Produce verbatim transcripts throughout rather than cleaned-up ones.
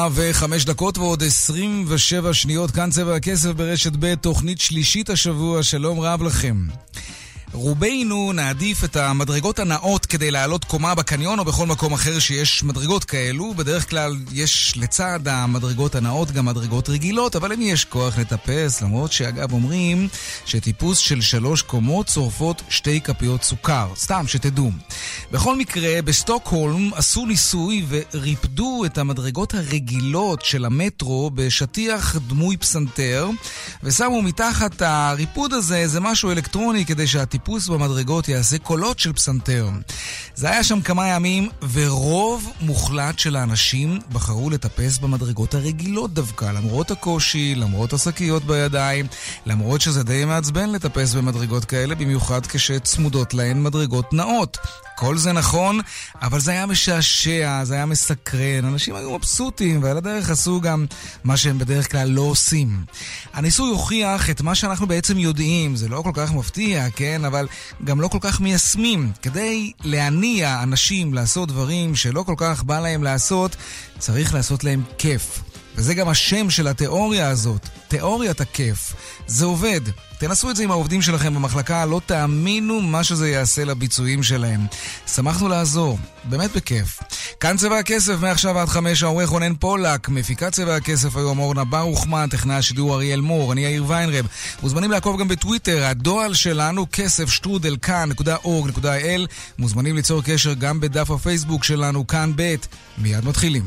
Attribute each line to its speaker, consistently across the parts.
Speaker 1: ארבע וחמש דקות ועוד עשרים ושבע שניות, כאן צבע הכסף ברשת ב', תוכנית שלישית השבוע. שלום רב לכם. רובנו נעדיף את המדרגות הנאות כדי לעלות קומה בקניון או בכל מקום אחר שיש מדרגות כאלו. בדרך כלל יש לצד המדרגות הנאות גם מדרגות רגילות, אבל למי יש כוח לטפס? למרות שאגב אומרים שטיפוס של שלוש קומות צורפות שתי כפיות סוכר. סתם שתדעו. בכל מקרה, בסטוקהולם עשו ניסוי וריפדו את המדרגות הרגילות של המטרו בשטיח דמוי פסנתר, ושמו מתחת הריפוד הזה איזה משהו אלקטרוני כדי שהטיפוס טיפוס במדרגות יעשה קולות של פסנתר. זה היה שם כמה ימים, ורוב מוחלט של האנשים בחרו לטפס במדרגות הרגילות דווקא, למרות הקושי, למרות השקיות בידיים, למרות שזה די מעצבן לטפס במדרגות כאלה, במיוחד כשצמודות להן מדרגות נאות. כל זה נכון, אבל זה היה משעשע, זה היה מסקרן, אנשים היו מבסוטים, ועל הדרך עשו גם מה שהם בדרך כלל לא עושים. הניסוי הוכיח את מה שאנחנו בעצם יודעים, זה לא כל כך מפתיע, כן, אבל גם לא כל כך מיישמים. כדי להניע אנשים לעשות דברים שלא כל כך בא להם לעשות, צריך לעשות להם כיף. וזה גם השם של התיאוריה הזאת, תיאוריית הכיף. זה עובד. תנסו את זה עם העובדים שלכם במחלקה, לא תאמינו מה שזה יעשה לביצועים שלהם. שמחנו לעזור, באמת בכיף. כאן צבע הכסף, מעכשיו עד חמש, העורך רונן פולק, מפיקת צבע הכסף היום אורנה ברוכמן, טכנאי השידור אריאל מור, אני יאיר ויינרב. מוזמנים לעקוב גם בטוויטר, הדואל שלנו כסף שטרודל כאן נקודה אורג נקודה איי אל. מוזמנים ליצור קשר גם בדף הפייסבוק שלנו כאן ב'. מיד מתחילים.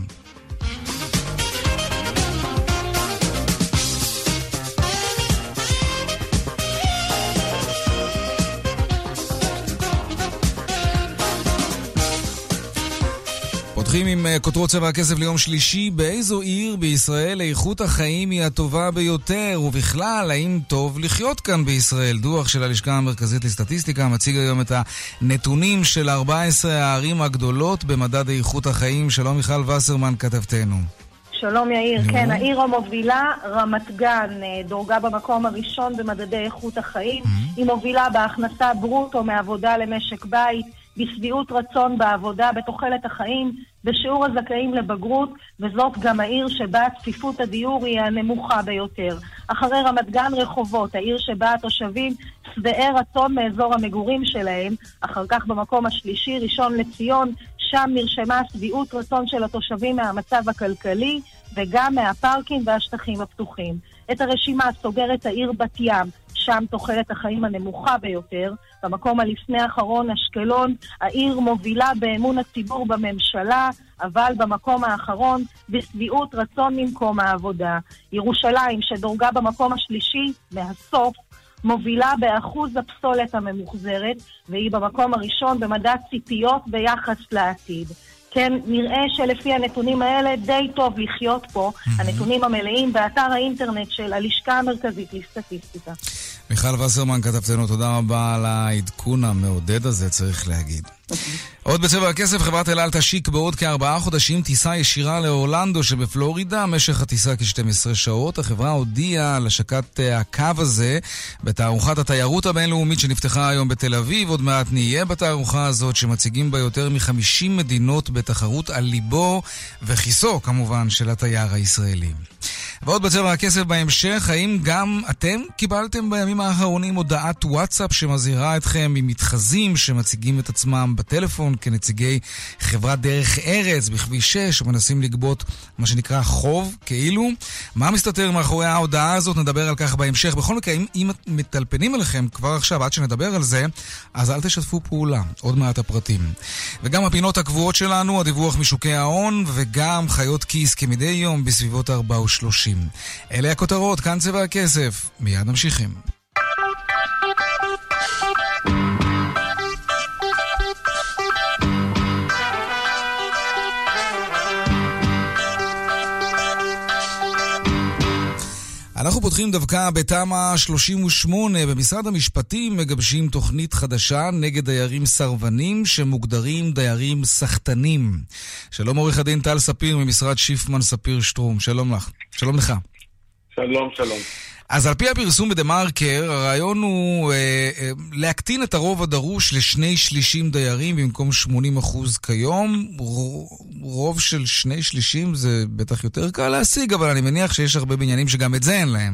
Speaker 1: פותחים עם כותרות צבע הכסף ליום שלישי. באיזו עיר בישראל איכות החיים היא הטובה ביותר, ובכלל האם טוב לחיות כאן בישראל? דוח של הלשכה המרכזית לסטטיסטיקה מציג היום את הנתונים של ארבע עשרה הערים הגדולות במדד איכות החיים. שלום מיכל וסרמן כתבתנו.
Speaker 2: שלום יאיר, כן, העיר המובילה רמת גן דורגה במקום הראשון במדדי איכות החיים. היא מובילה בהכנסה ברוטו מעבודה למשק בית, בסביעות רצון בעבודה, בתוחלת החיים, בשיעור הזכאים לבגרות, וזאת גם העיר שבה צפיפות הדיור היא הנמוכה ביותר. אחרי רמת גן רחובות, העיר שבה התושבים שבעי רצון מאזור המגורים שלהם. אחר כך במקום השלישי ראשון לציון, שם נרשמה שביעות רצון של התושבים מהמצב הכלכלי, וגם מהפארקים והשטחים הפתוחים. את הרשימה סוגרת העיר בת ים, שם תוחלת החיים הנמוכה ביותר. במקום הלפני האחרון אשקלון, העיר מובילה באמון הציבור בממשלה, אבל במקום האחרון בסביעות רצון ממקום העבודה. ירושלים, שדורגה במקום השלישי מהסוף, מובילה באחוז הפסולת הממוחזרת, והיא במקום הראשון במדד ציפיות ביחס לעתיד. כן, נראה שלפי הנתונים האלה די טוב לחיות פה. Mm-hmm. הנתונים המלאים באתר האינטרנט של הלשכה המרכזית לסטטיסטיקה.
Speaker 1: מיכל וסרמן כתבתנו, תודה רבה על העדכון המעודד הזה, צריך להגיד. עוד בצבע הכסף, חברת אל על תשיק בעוד כארבעה חודשים טיסה ישירה לאורלנדו שבפלורידה, משך הטיסה כ-שתים עשרה שעות. החברה הודיעה על השקת הקו הזה בתערוכת התיירות הבינלאומית שנפתחה היום בתל אביב. עוד מעט נהיה בתערוכה הזאת שמציגים בה יותר מ-חמישים מדינות בתחרות על ליבו וכיסו כמובן של התייר הישראלי. ועוד בצבע הכסף בהמשך, האם גם אתם קיבלתם בימים האחרונים הודעת וואטסאפ שמזהירה אתכם ממתחזים שמציגים את עצמם בטלפון כנציגי חברת דרך ארץ בכביש שש ומנסים לגבות מה שנקרא חוב כאילו? מה מסתתר מאחורי ההודעה הזאת? נדבר על כך בהמשך. בכל מקרה, אם, אם מטלפנים אליכם כבר עכשיו עד שנדבר על זה, אז אל תשתפו פעולה. עוד מעט הפרטים. וגם הפינות הקבועות שלנו, הדיווח משוקי ההון וגם חיות כיס כמדי יום בסביבות ארבע ושלושים. אלה הכותרות, כאן צבע הכסף. מיד נמשיכים. אנחנו פותחים דווקא בתמ"א שלושים ושמונה. במשרד המשפטים מגבשים תוכנית חדשה נגד דיירים סרבנים שמוגדרים דיירים סחטנים. שלום עורך הדין טל ספיר ממשרד שיפמן ספיר שטרום. שלום לך. שלום לך.
Speaker 3: שלום, שלום.
Speaker 1: אז על פי הפרסום בדה-מרקר, הרעיון הוא אה, אה, להקטין את הרוב הדרוש לשני שלישים דיירים במקום שמונים אחוז כיום. רוב של שני שלישים זה בטח יותר קל להשיג, אבל אני מניח שיש הרבה בניינים שגם את זה אין להם.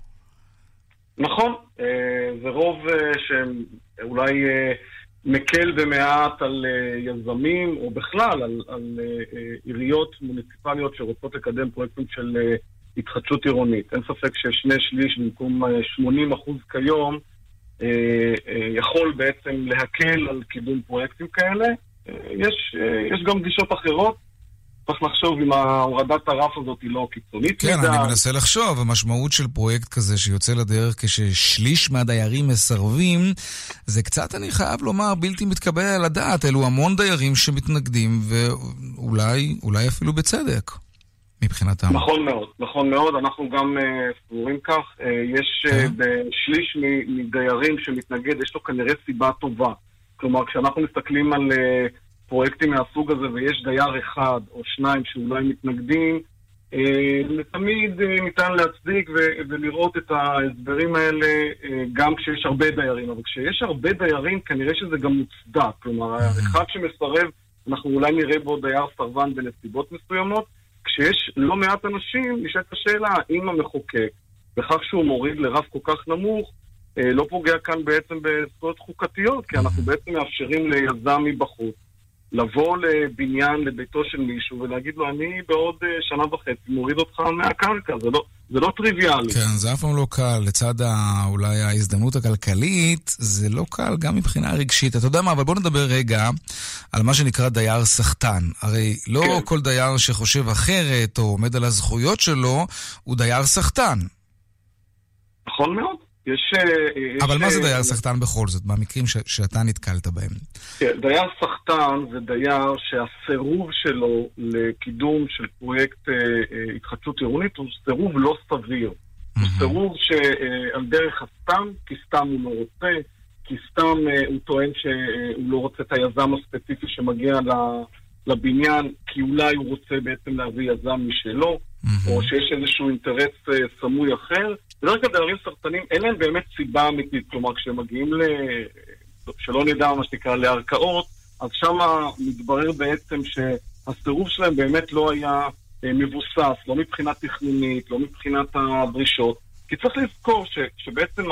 Speaker 3: נכון, אה, זה רוב אה, שאולי אה, מקל במעט על אה, יזמים, או בכלל על, על אה, עיריות מוניציפליות שרוצות לקדם פרויקטים של אה, התחדשות עירונית. אין ספק ששני שליש במקום שמונים אחוז כיום אה, אה, יכול בעצם להקל על קידום פרויקטים כאלה. אה, יש, אה, יש גם גישות אחרות. צריך לחשוב אם ההורדת הרף הזאת היא לא קיצונית.
Speaker 1: כן, אני מנסה לחשוב. המשמעות של פרויקט כזה שיוצא לדרך כששליש מהדיירים מסרבים, זה קצת, אני חייב לומר, בלתי מתקבל על הדעת. אלו המון דיירים שמתנגדים, ואולי אולי אפילו בצדק. מבחינתם.
Speaker 3: נכון מאוד, נכון מאוד, אנחנו גם סבורים uh, כך, uh, יש uh, בשליש מדיירים שמתנגד, יש לו כנראה סיבה טובה. כלומר, כשאנחנו מסתכלים על uh, פרויקטים מהסוג הזה ויש דייר אחד או שניים שאולי מתנגדים, uh, תמיד uh, ניתן להצדיק ו- ולראות את ההסברים האלה uh, גם כשיש הרבה דיירים, אבל כשיש הרבה דיירים כנראה שזה גם מוצדק. כלומר, אחד שמסרב, אנחנו אולי נראה בו דייר סרבן בנסיבות מסוימות, כשיש לא מעט אנשים, נשאלת השאלה, האם המחוקק, בכך שהוא מוריד לרף כל כך נמוך, לא פוגע כאן בעצם בזכויות חוקתיות, כי אנחנו בעצם מאפשרים ליזם מבחוץ, לבוא לבניין, לביתו של מישהו, ולהגיד לו, אני בעוד שנה וחצי מוריד אותך מהקרקע, זה לא, זה לא טריוויאלי.
Speaker 1: כן, זה אף פעם לא קל. לצד אולי ההזדמנות הכלכלית, זה לא קל גם מבחינה רגשית. אתה יודע מה, אבל בוא נדבר רגע על מה שנקרא דייר סחטן. הרי לא כן. כל דייר שחושב אחרת או עומד על הזכויות שלו, הוא דייר סחטן.
Speaker 3: נכון מאוד. יש,
Speaker 1: אבל
Speaker 3: יש,
Speaker 1: מה זה דייר סחטן בכל זאת, במקרים ש- שאתה נתקלת בהם?
Speaker 3: כן, דייר סחטן זה דייר שהסירוב שלו לקידום של פרויקט אה, אה, התחדשות עירונית הוא סירוב לא סביר. Mm-hmm. הוא סירוב שעל דרך הסתם, כי סתם הוא לא רוצה, כי סתם אה, הוא טוען שהוא לא רוצה את היזם הספציפי שמגיע לבניין, כי אולי הוא רוצה בעצם להביא יזם משלו, mm-hmm. או שיש איזשהו אינטרס אה, סמוי אחר. בדרך כלל דיירים סרטנים, אין להם באמת סיבה אמיתית. כלומר, כשהם מגיעים ל... שלא נדע מה שנקרא לערכאות, אז שם מתברר בעצם שהסירוב שלהם באמת לא היה מבוסס, לא מבחינת תכנונית, לא מבחינת הדרישות. כי צריך לזכור ש... שבעצם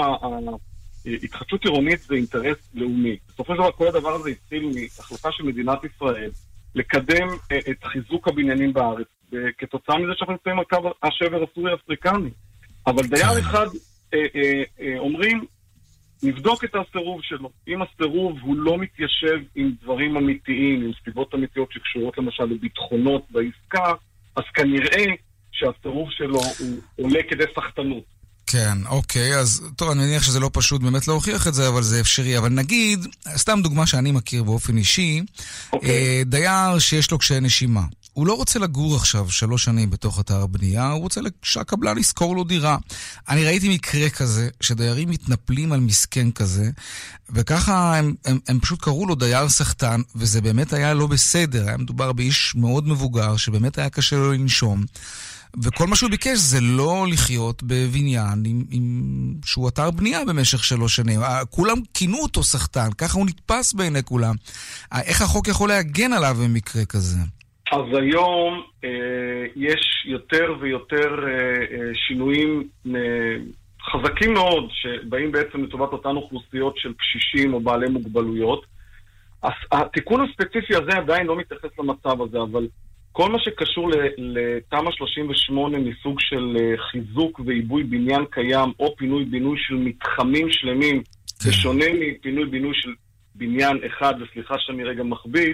Speaker 3: ההתחדשות עירונית זה אינטרס לאומי. בסופו של דבר, כל הדבר הזה התחיל מהחלטה של מדינת ישראל לקדם את חיזוק הבניינים בארץ, וכתוצאה מזה שאנחנו נמצאים על קו השבר הסורי-אפריקני. אבל דייר אחד אה, אה, אה, אומרים, נבדוק את הסירוב שלו. אם הסירוב הוא לא מתיישב עם דברים אמיתיים, עם סיבות אמיתיות שקשורות למשל לביטחונות בעסקה, אז כנראה שהסירוב שלו הוא עולה כדי סחטנות.
Speaker 1: כן, אוקיי, אז טוב, אני מניח שזה לא פשוט באמת להוכיח את זה, אבל זה אפשרי. אבל נגיד, סתם דוגמה שאני מכיר באופן אישי, אוקיי. אה, דייר שיש לו קשיי נשימה. הוא לא רוצה לגור עכשיו שלוש שנים בתוך אתר בנייה, הוא רוצה שהקבלן יזכור לו דירה. אני ראיתי מקרה כזה, שדיירים מתנפלים על מסכן כזה, וככה הם, הם, הם פשוט קראו לו דייר סחטן, וזה באמת היה לא בסדר. היה מדובר באיש מאוד מבוגר, שבאמת היה קשה לו לנשום. וכל מה שהוא ביקש זה לא לחיות בבניין עם, עם שהוא אתר בנייה במשך שלוש שנים. כולם כינו אותו סחטן, ככה הוא נתפס בעיני כולם. איך החוק יכול להגן עליו במקרה כזה?
Speaker 3: אז היום אה, יש יותר ויותר אה, שינויים אה, חזקים מאוד שבאים בעצם לטובת אותן אוכלוסיות של קשישים או בעלי מוגבלויות. אז התיקון הספציפי הזה עדיין לא מתייחס למצב הזה, אבל כל מה שקשור לתמ"א שלושים ושמונה מסוג של חיזוק ועיבוי בניין קיים או פינוי-בינוי של מתחמים שלמים, בשונה מפינוי-בינוי של בניין אחד, וסליחה שאני רגע מכביד,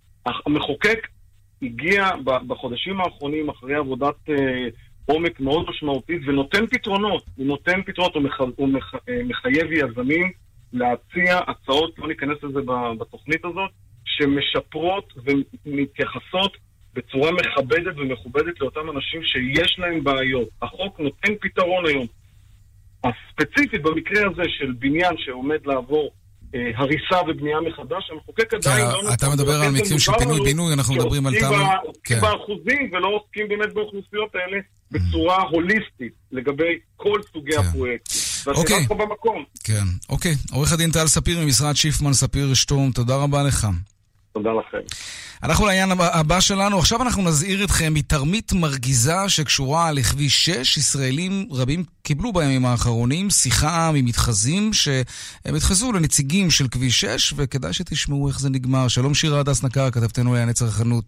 Speaker 3: המחוקק הגיע בחודשים האחרונים אחרי עבודת אה, עומק מאוד משמעותית ונותן פתרונות, הוא נותן פתרונות, הוא, מח, הוא מח, אה, מחייב יזמים להציע הצעות, לא ניכנס לזה בתוכנית הזאת, שמשפרות ומתייחסות בצורה מכבדת ומכובדת לאותם אנשים שיש להם בעיות. החוק נותן פתרון היום. הספציפית במקרה הזה של בניין שעומד לעבור הריסה ובנייה מחדש, המחוקק עדיין לא...
Speaker 1: אתה מדבר על מקרים של פינוי-בינוי, אנחנו מדברים על תמ"א...
Speaker 3: שעוסקים באחוזים ולא עוסקים באמת באוכלוסיות האלה בצורה הוליסטית לגבי כל סוגי הפרויקט. והשאלה פה במקום.
Speaker 1: כן, אוקיי. עורך הדין טל ספיר ממשרד שיפמן ספיר שטרום, תודה רבה לך.
Speaker 3: תודה לכם.
Speaker 1: אנחנו לעניין הבא שלנו. עכשיו אנחנו נזהיר אתכם מתרמית מרגיזה שקשורה לכביש שש. ישראלים רבים קיבלו בימים האחרונים שיחה ממתחזים שהם התחזו לנציגים של כביש שש, וכדאי שתשמעו איך זה נגמר. שלום שירה הדס נקר, כתבתנו לענייני צרכנות.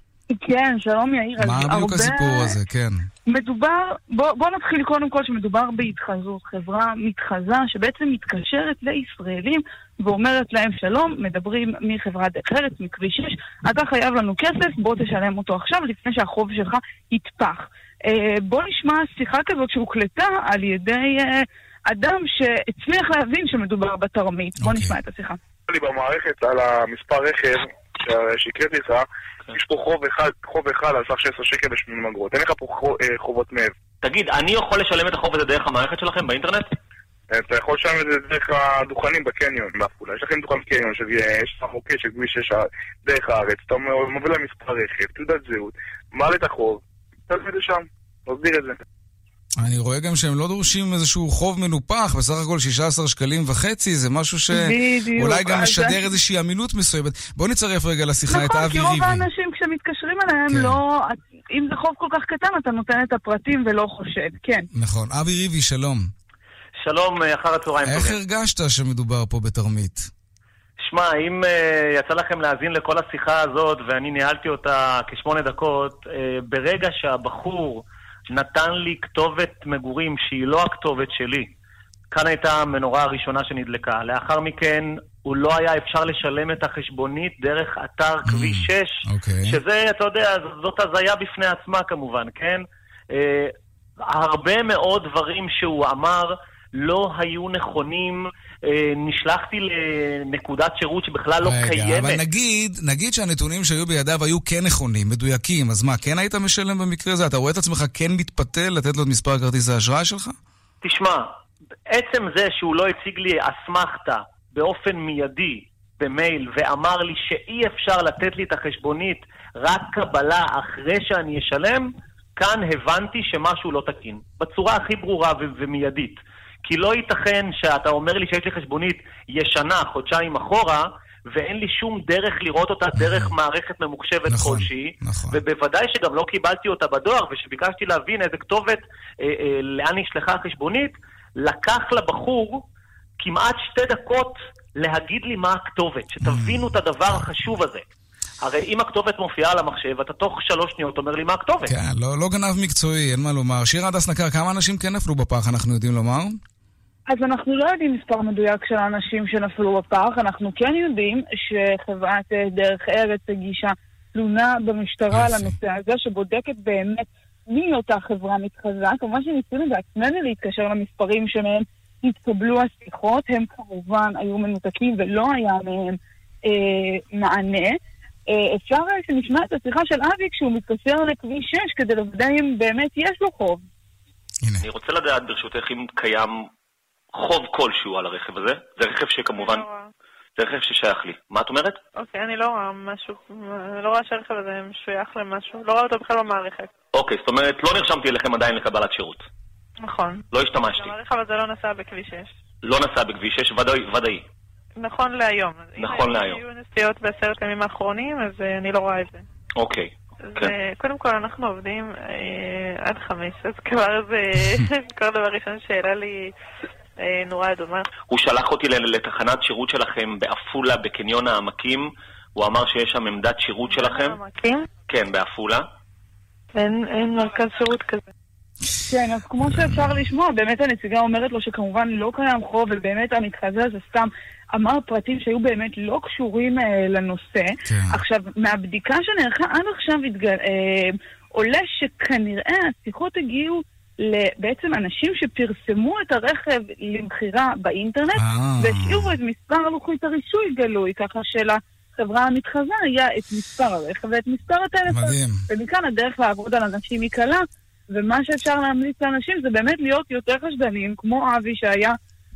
Speaker 2: כן, שלום יאיר.
Speaker 1: מה בדיוק הרבה... הסיפור הזה, כן.
Speaker 2: מדובר, בוא, בוא נתחיל קודם כל שמדובר בהתחזות, חברה מתחזה שבעצם מתקשרת לישראלים ואומרת להם שלום, מדברים מחברה אחרת, מכביש שש, אתה חייב לנו כסף, בוא תשלם אותו עכשיו לפני שהחוב שלך יתפח. אה, בוא נשמע שיחה כזאת שהוקלטה על ידי אה, אדם שהצליח להבין שמדובר בתרמית. בוא okay. נשמע את השיחה.
Speaker 4: לי במערכת על המספר רכב שהקראתי לך, יש פה חוב אחד, חוב אחד על סך שש עשרה שקל ושמונים אגורות. אין לך פה חובות מעבר.
Speaker 5: תגיד, אני יכול לשלם את החוב הזה דרך המערכת שלכם באינטרנט?
Speaker 4: אתה יכול לשלם את זה דרך הדוכנים בקניון, בעפולה. יש לכם דוכן קניון, יש לך מוקד של כביש שש דרך הארץ, אתה מוביל למספר רכב, תעודת זהות, מעלה את החוב, תלך את זה שם, נסביר את זה.
Speaker 1: אני רואה גם שהם לא דורשים איזשהו חוב מנופח, בסך הכל שישה עשר שקלים וחצי, זה משהו שאולי גם משדר איזושהי אמינות מסוימת. בואו נצרף רגע לשיחה את אבי ריבי.
Speaker 2: נכון, כי רוב האנשים כשמתקשרים אליהם, לא, אם זה חוב כל כך קטן, אתה נותן את הפרטים ולא חושד, כן.
Speaker 1: נכון, אבי ריבי, שלום.
Speaker 5: שלום, אחר הצהריים טובים.
Speaker 1: איך הרגשת שמדובר פה בתרמית?
Speaker 5: שמע, אם יצא לכם להאזין לכל השיחה הזאת, ואני ניהלתי אותה כשמונה דקות, ברגע שהבחור נתן לי כתובת מגורים שהיא לא הכתובת שלי, כאן הייתה המנורה הראשונה שנדלקה. לאחר מכן הוא לא היה אפשר לשלם את החשבונית דרך אתר כביש שש,
Speaker 1: okay.
Speaker 5: שזה, אתה יודע, זאת הזיה בפני עצמה כמובן, כן? אה, הרבה מאוד דברים שהוא אמר לא היו נכונים. אה, נשלחתי לנקודת שירות שבכלל לא
Speaker 1: רגע,
Speaker 5: קיימת.
Speaker 1: אבל נגיד, נגיד שהנתונים שהיו בידיו היו כן נכונים, מדויקים, אז מה, כן היית משלם במקרה הזה? אתה רואה את עצמך כן מתפתל לתת לו את מספר כרטיס האשראי שלך?
Speaker 5: תשמע, עצם זה שהוא לא הציג לי אסמכתה באופן מיידי במייל ואמר לי שאי אפשר לתת לי את החשבונית רק קבלה אחרי שאני אשלם, כאן הבנתי שמשהו לא תקין. בצורה הכי ברורה ו- ומיידית. כי לא ייתכן שאתה אומר לי שיש לי חשבונית ישנה, חודשיים אחורה, ואין לי שום דרך לראות אותה דרך מערכת ממוחשבת
Speaker 1: נכון,
Speaker 5: כלשהי,
Speaker 1: נכון.
Speaker 5: ובוודאי שגם לא קיבלתי אותה בדואר, ושביקשתי להבין איזה כתובת, אה, אה, לאן נשלחה החשבונית, לקח לבחור כמעט שתי דקות להגיד לי מה הכתובת, שתבינו את הדבר החשוב הזה. הרי אם הכתובת מופיעה על המחשב, אתה תוך שלוש שניות אומר לי מה הכתובת.
Speaker 1: כן, לא, לא גנב מקצועי, אין מה לומר. שירה הדס נקר, כמה אנשים כן נפלו בפח, אנחנו יודעים לומר?
Speaker 2: אז אנחנו לא יודעים מספר מדויק של האנשים שנפלו בפח, אנחנו כן יודעים שחברת דרך ארץ הגישה תלונה במשטרה על הנושא הזה, שבודקת באמת מי אותה חברה מתחזה. כמובן שניסינו בעצמנו להתקשר למספרים שמהם התקבלו השיחות, הם כמובן היו מנותקים ולא היה מהם אה, מענה. אה, אפשר שנשמע את השיחה של אבי כשהוא מתקשר לכביש שש כדי לוודא אם באמת יש לו חוב.
Speaker 1: הנה.
Speaker 5: אני רוצה לדעת ברשותך אם קיים חוב כלשהו על הרכב הזה. זה רכב שכמובן... זה רכב ששייך לי. מה את אומרת?
Speaker 6: אוקיי, אני לא רואה משהו, אני לא רואה שהרכב הזה משוייך למשהו, לא רואה אותו בכלל במערכת.
Speaker 5: אוקיי, זאת אומרת, לא נרשמתי אליכם עדיין לקבלת שירות.
Speaker 6: נכון.
Speaker 5: לא השתמשתי.
Speaker 6: הרכב הזה לא נסע בכביש שש.
Speaker 5: לא נסע בכביש שש, ודאי, ודאי.
Speaker 6: נכון להיום.
Speaker 5: נכון להיום.
Speaker 6: אם היו נסיעות בעשרת הימים האחרונים, אז אני לא רואה את זה.
Speaker 5: אוקיי.
Speaker 6: קודם כל אנחנו עובדים עד חמש, אז כבר זה, כל דבר ראשון שאלה לי... נורא אדומה.
Speaker 5: הוא שלח אותי לתחנת שירות שלכם באפולה, בקניון העמקים. הוא אמר שיש שם עמדת שירות שלכם.
Speaker 6: העמקים?
Speaker 5: כן, באפולה.
Speaker 6: אין, אין מרכז שירות כזה.
Speaker 2: כן, אז כמו שאפשר לשמוע, באמת הנציגה אומרת לו שכמובן לא קיים חוב, ובאמת המתחזה הזה סתם אמר פרטים שהיו באמת לא קשורים אה, לנושא.
Speaker 1: כן.
Speaker 2: עכשיו, מהבדיקה שנערכה עד עכשיו התגל, אה, עולה שכנראה השיחות הגיעו בעצם אנשים שפרסמו את הרכב למחירה באינטרנט והשאירו את מספר לוחית הרישוי גלוי, ככה שלחברה המתחזה היה את מספר הרכב ואת מספר הטלפון.
Speaker 1: מדהים.
Speaker 2: ומכאן הדרך לעבוד על אנשים היא קלה, ומה שאפשר להמליץ לאנשים זה באמת להיות יותר חשדנים, כמו אבי שהיה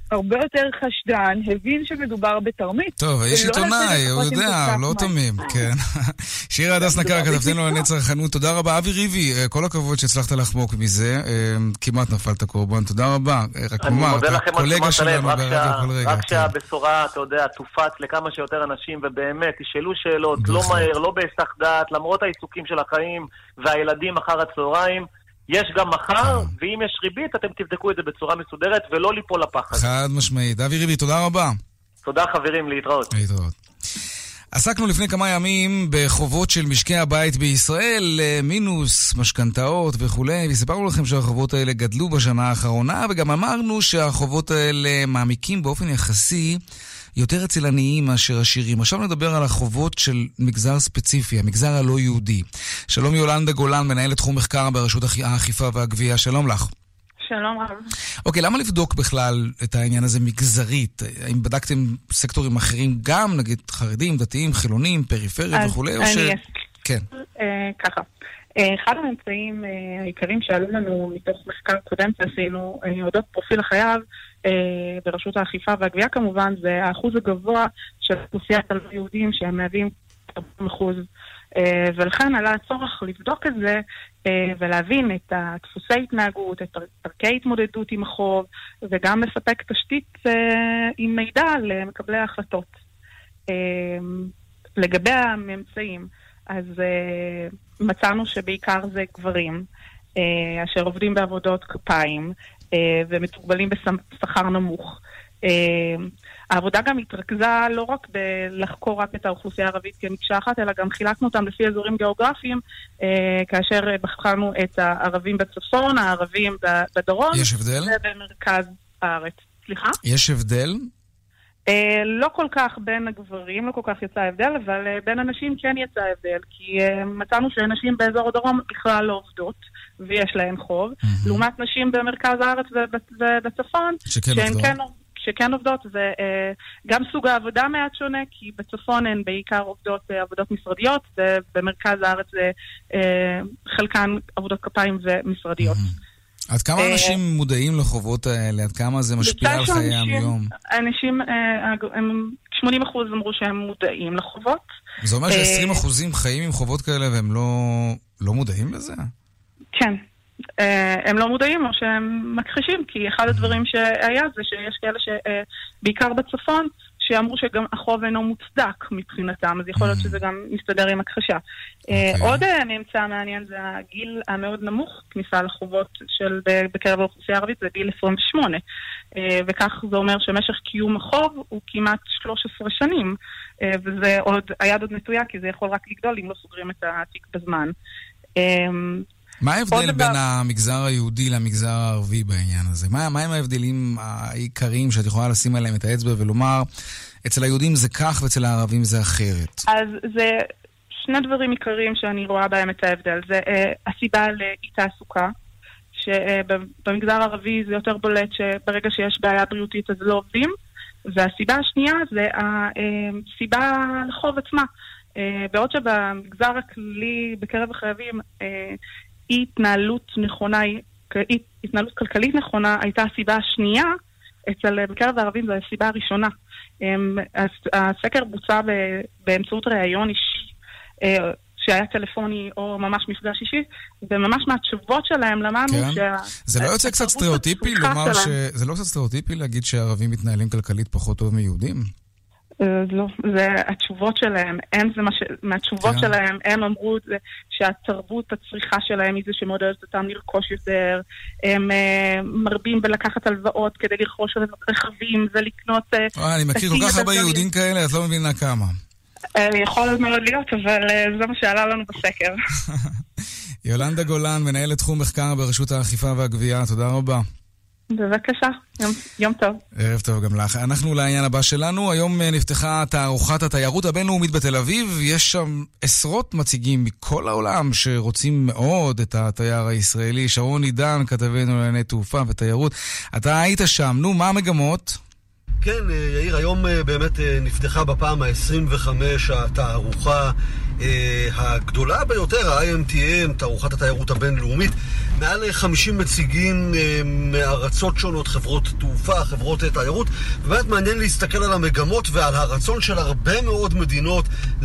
Speaker 7: הרבה יותר חשדן, הבין שמדובר בתרמית.
Speaker 1: טוב, יש עיתונאי, הוא יודע, הוא לא תמים, כן. שירה הדס נקר, כתבתנו לנצר חנות, תודה רבה. אבי ריבי, כל הכבוד שהצלחת לחמוק מזה, כמעט נפלת קורבן, תודה רבה. רק לומר, אתה קולגה שלנו ברדיו כל רגע.
Speaker 5: רק שהבשורה, אתה יודע, תופץ לכמה שיותר אנשים, ובאמת, תשאלו שאלות, לא מהר, לא בהיסח דעת, למרות העיסוקים של החיים והילדים אחר הצהריים, יש גם מחר, ואם יש ריבית, אתם תבדקו את זה בצורה מסודרת, ולא ליפול לפחד.
Speaker 1: חד משמעית. אבי ריבי, תודה רבה.
Speaker 5: תודה חברים, להתראות.
Speaker 1: להתראות. עסקנו לפני כמה ימים בחובות של משקי הבית בישראל, מינוס, משכנתאות וכו'. וסיפרנו לכם שהחובות האלה גדלו בשנה האחרונה, וגם אמרנו שהחובות האלה מעמיקים באופן יחסי יותר אצל עניים מאשר עשירים. עכשיו נדבר על החובות של מגזר ספציפי, המגזר הלא יהודי. שלום יולנדה גולן, מנהלת תחום מחקר ברשות האכיפה והגבייה. שלום לך.
Speaker 7: שלום רב.
Speaker 1: אוקיי, למה לבדוק בכלל את העניין הזה מגזרית? האם בדקתם סקטורים אחרים גם, נגיד חרדים, דתיים, חילונים, פריפריה וכו'?
Speaker 7: אני
Speaker 1: ש...
Speaker 7: יש.
Speaker 1: כן.
Speaker 7: אה, ככה. אה, אחד הממצאים אה, העיקריים שעלו לנו מתוך מחקר קודם שעשינו, אה, אודות פרופיל החייב, ברשות האכיפה והגבייה כמובן, זה האחוז הגבוה של אוכלוסיית הלא יהודים שהם מהווים ארבעים אחוז, ולכן עלה הצורך לבדוק את זה ולהבין את דפוסי התנהגות, את דרכי התמודדות עם החוב, וגם לספק תשתית עם מידע למקבלי ההחלטות. לגבי הממצאים, אז מצאנו שבעיקר זה גברים אשר עובדים בעבודות כפיים ומתוגבלים בשכר נמוך. העבודה גם התרכזה לא רק בלחקור רק את האוכלוסייה הערבית כמקשה אחת, אלא גם חילקנו אותם לפי אזורים גיאוגרפיים, כאשר בחרנו את הערבים בצפון, הערבים בדרום.
Speaker 1: יש הבדל?
Speaker 7: ובמרכז הארץ. סליחה?
Speaker 1: יש הבדל?
Speaker 7: לא כל כך בין הגברים, לא כל כך יצא הבדל, אבל בין אנשים כן יצא הבדל, כי מצאנו שנשים באזור הדרום בכלל לא עובדות, ויש להן חוב, לעומת נשים במרכז הארץ ובצפון, שכן עובדות, וגם סוג העבודה מעט שונה, כי בצפון הן בעיקר עובדות עבודות משרדיות, ובמרכז הארץ חלקן עבודות כפיים ומשרדיות.
Speaker 1: עד כמה אנשים מודעים לחובות האלה? עד כמה זה משפיע על חיי היום?
Speaker 7: אנשים, שמונים אחוז אמרו שהם מודעים לחובות.
Speaker 1: זה אומר ש-עשרים אחוזים חיים עם חובות כאלה והם לא מודעים לזה?
Speaker 7: כן. הם לא מודעים או שהם מכחישים, כי אחד הדברים שהיה זה שיש כאלה שבעיקר בצפון, שאמרו שגם החוב אינו מוצדק מבחינתם, אז יכול להיות שזה גם מסתדר עם הכחשה. עוד ממצא מעניין זה הגיל המאוד נמוך, כניסה לחובות של בקרב האוכלוסייה הערבית, זה גיל עשרים ושמונה, וכך זה אומר שמשך קיום החוב הוא כמעט שלוש עשרה שנים, וזה עוד, היד עוד נטויה, כי זה יכול רק לגדול אם לא סוגרים את התיק בזמן.
Speaker 1: מה ההבדל בין המגזר היהודי למגזר הערבי בעניין הזה? מה, מה הם ההבדלים העיקריים שאת יכולה לשים עליהם את האצבע ולומר, אצל היהודים זה כך ואצל הערבים זה אחרת?
Speaker 7: אז זה שני דברים עיקריים שאני רואה בהם את ההבדל. זה אה, הסיבה לאי תעסוקה, שבמגזר הערבי זה יותר בולט שברגע שיש בעיה בריאותית אז לא עובדים, והסיבה השנייה זה הסיבה לחוב עצמה. בעוד שבמגזר הכללי בקרב החייבים אי התנהלות נכונה, אי התנהלות כלכלית נכונה הייתה הסיבה השנייה, אצל בקרב הערבים זו הסיבה הראשונה. הסקר בוצע באמצעות ראיון אישי שהיה טלפוני או ממש מפגש אישי, וממש מהתשובות שלהם למדנו שה...
Speaker 1: זה לא יוצא קצת סטריאוטיפי לומר ש... זה לא קצת סטריאוטיפי להגיד שהערבים מתנהלים כלכלית פחות טוב מיהודים?
Speaker 7: לא, זה התשובות שלהם, הם זה מה ש... מהתשובות שלהם, הם אמרו שהתרבות הצריכה שלהם היא זה שמעודדת אותם לרכוש יותר, הם מרבים בלקחת הלוואות כדי לרכוש רכבים ולקנות...
Speaker 1: אני מכיר כל כך הרבה יהודים כאלה, את לא מבינה כמה.
Speaker 7: יכול מאוד להיות, אבל זה מה שעלה לנו בסקר.
Speaker 1: יולנדה גולן, מנהלת תחום מחקר ברשות האכיפה והגבייה, תודה רבה.
Speaker 7: בבקשה, יום, יום טוב.
Speaker 1: ערב טוב גם לך. אנחנו לעניין הבא שלנו. היום נפתחה תערוכת התיירות הבינלאומית בתל אביב. יש שם עשרות מציגים מכל העולם שרוצים מאוד את התייר הישראלי. שרון עידן, כתבנו לענייני תעופה ותיירות. אתה היית שם, נו, מה המגמות?
Speaker 8: כן, יאיר, היום באמת נפתחה בפעם ה-עשרים וחמש התערוכה הגדולה ביותר, ה-איי אם טי אם, תערוכת התיירות הבינלאומית. מעל חמישים מציגים מארצות שונות, חברות תעופה, חברות תיירות, ובאמת מעניין להסתכל על המגמות ועל הרצון של הרבה מאוד מדינות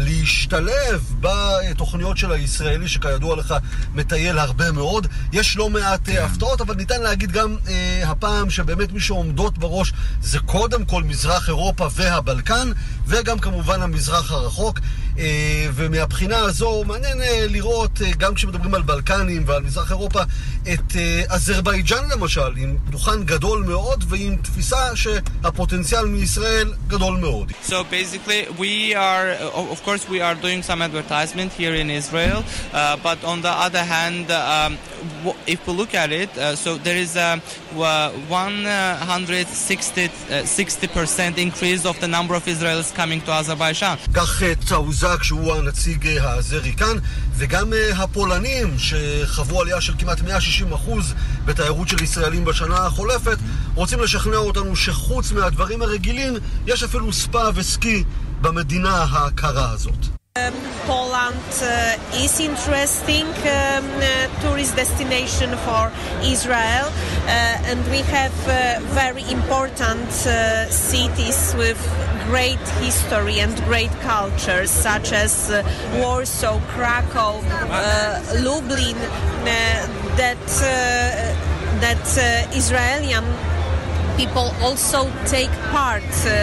Speaker 8: להשתלב בתוכניות של הישראלי, שכידוע לך מטייל הרבה מאוד. יש לא מעט הפתעות, אבל ניתן להגיד גם הפעם שבאמת מי שעומדות בראש זה קודם כל מזרח אירופה והבלקן, וגם כמובן המזרח הרחוק. ומהבחינה הזו מעניין לראות, גם כשמדברים על בלקנים ועל מזרח אירופה, את אזרבייג'אן למשל, עם דוכן גדול מאוד ועם תפיסה שהפוטנציאל מישראל גדול מאוד.
Speaker 9: So basically we are, of course we are doing some advertisement here in Israel, uh, but on the other hand, um, if we look at it, uh, so there is a one hundred sixty percent increase of the number of Israelis coming to Azerbaijan.
Speaker 8: כך צאוזק שהוא הנציג האזרי כאן, וגם הפולנים שחוו עלייה של כמעט מאה ושישים אחוז בתיירות של ישראלים בשנה החולפת, רוצים לשכנע אותנו שחוץ מהדברים הרגילים יש אפילו ספא וסקי במדינה הקרה הזאת.
Speaker 10: Poland uh, is interesting um, uh, tourist destination for Israel, uh, and we have uh, very important uh, cities with great history and great cultures, such as uh, Warsaw, Krakow, uh, Lublin, uh, that uh, that uh, Israeli people also take part uh,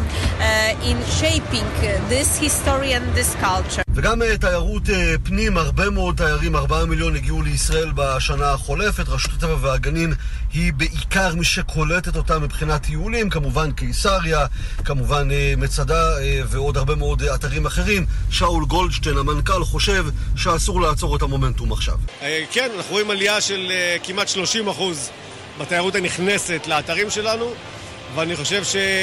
Speaker 10: uh, in shaping this history and this culture.
Speaker 8: וגם תיירות פנים, הרבה מאוד תיירים, ארבעה מיליון הגיעו לישראל בשנה החולפת. רשות הטבע והגנים היא בעיקר מי שקולטת אותם מבחינת טיולים, כמובן קיסריה, כמובן מצדה ועוד הרבה מאוד אתרים אחרים. שאול גולדשטיין, המנכ"ל, חושב שאסור לעצור את המומנטום עכשיו.
Speaker 11: כן, אנחנו רואים עלייה של כמעט שלושים אחוז בתיירות הנכנסת לאתרים שלנו, ואני חושב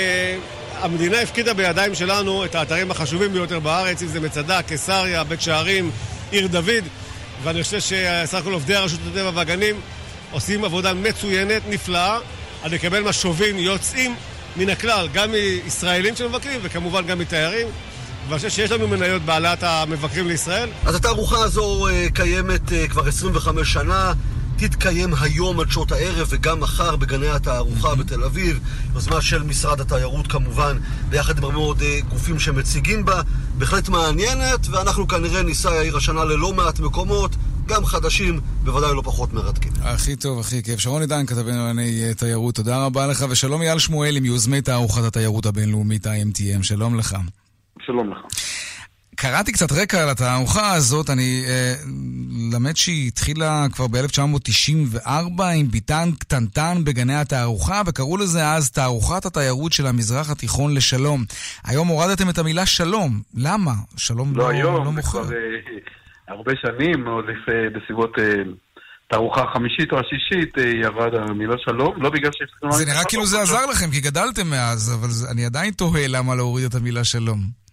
Speaker 11: שהמדינה הפקידה בידיים שלנו את האתרים החשובים ביותר בארץ, אם זה מצדה, קיסריה, בית שערים, עיר דוד, ואני חושב שסך הכל עובדי הרשות הטבע והגנים עושים עבודה מצוינת, נפלאה, על לקבל משובים יוצאים מן הכלל, גם מישראלים שמבקרים וכמובן גם מתיירים, ואני חושב שיש לנו מניות בעלת המבקרים לישראל.
Speaker 8: אז התערוכה הזו קיימת כבר עשרים וחמש שנה, תתקיים היום עד שעות הערב וגם מחר בגני התערוכה mm-hmm. בתל אביב, יוזמה של משרד התיירות כמובן, ביחד עם הרבה מאוד גופים שמציגים בה, בהחלט מעניינת, ואנחנו כנראה ניסע העיר השנה ללא מעט מקומות, גם חדשים, בוודאי לא פחות מרתקים.
Speaker 1: הכי טוב, הכי כיף. שרון עידן, כתבנו לענייני תיירות, תודה רבה לך, ושלום אייל שמואל עם יוזמי תערוכת התיירות הבינלאומית ה-אם טי אם, שלום לך.
Speaker 3: שלום לך.
Speaker 1: קראתי קצת רקע על התערוכה הזאת, אני אה, למד שהיא התחילה כבר ב-אלף תשע מאות תשעים וארבע עם ביטן קטנטן בגני התערוכה, וקראו לזה אז תערוכת התיירות של המזרח התיכון לשלום. היום הורדתם את המילה שלום, למה? שלום
Speaker 3: לא,
Speaker 1: לא,
Speaker 3: היום,
Speaker 1: לא מוכר.
Speaker 3: כבר אה, הרבה שנים, עוד לפי, בסביבות אה, תערוכה החמישית או השישית, אה, ירד המילה שלום, לא בגלל שהפסקנו...
Speaker 1: זה נראה כאילו זה עזר לכם, כי גדלתם מאז, אבל זה, אני עדיין תוהה למה להוריד את המילה שלום.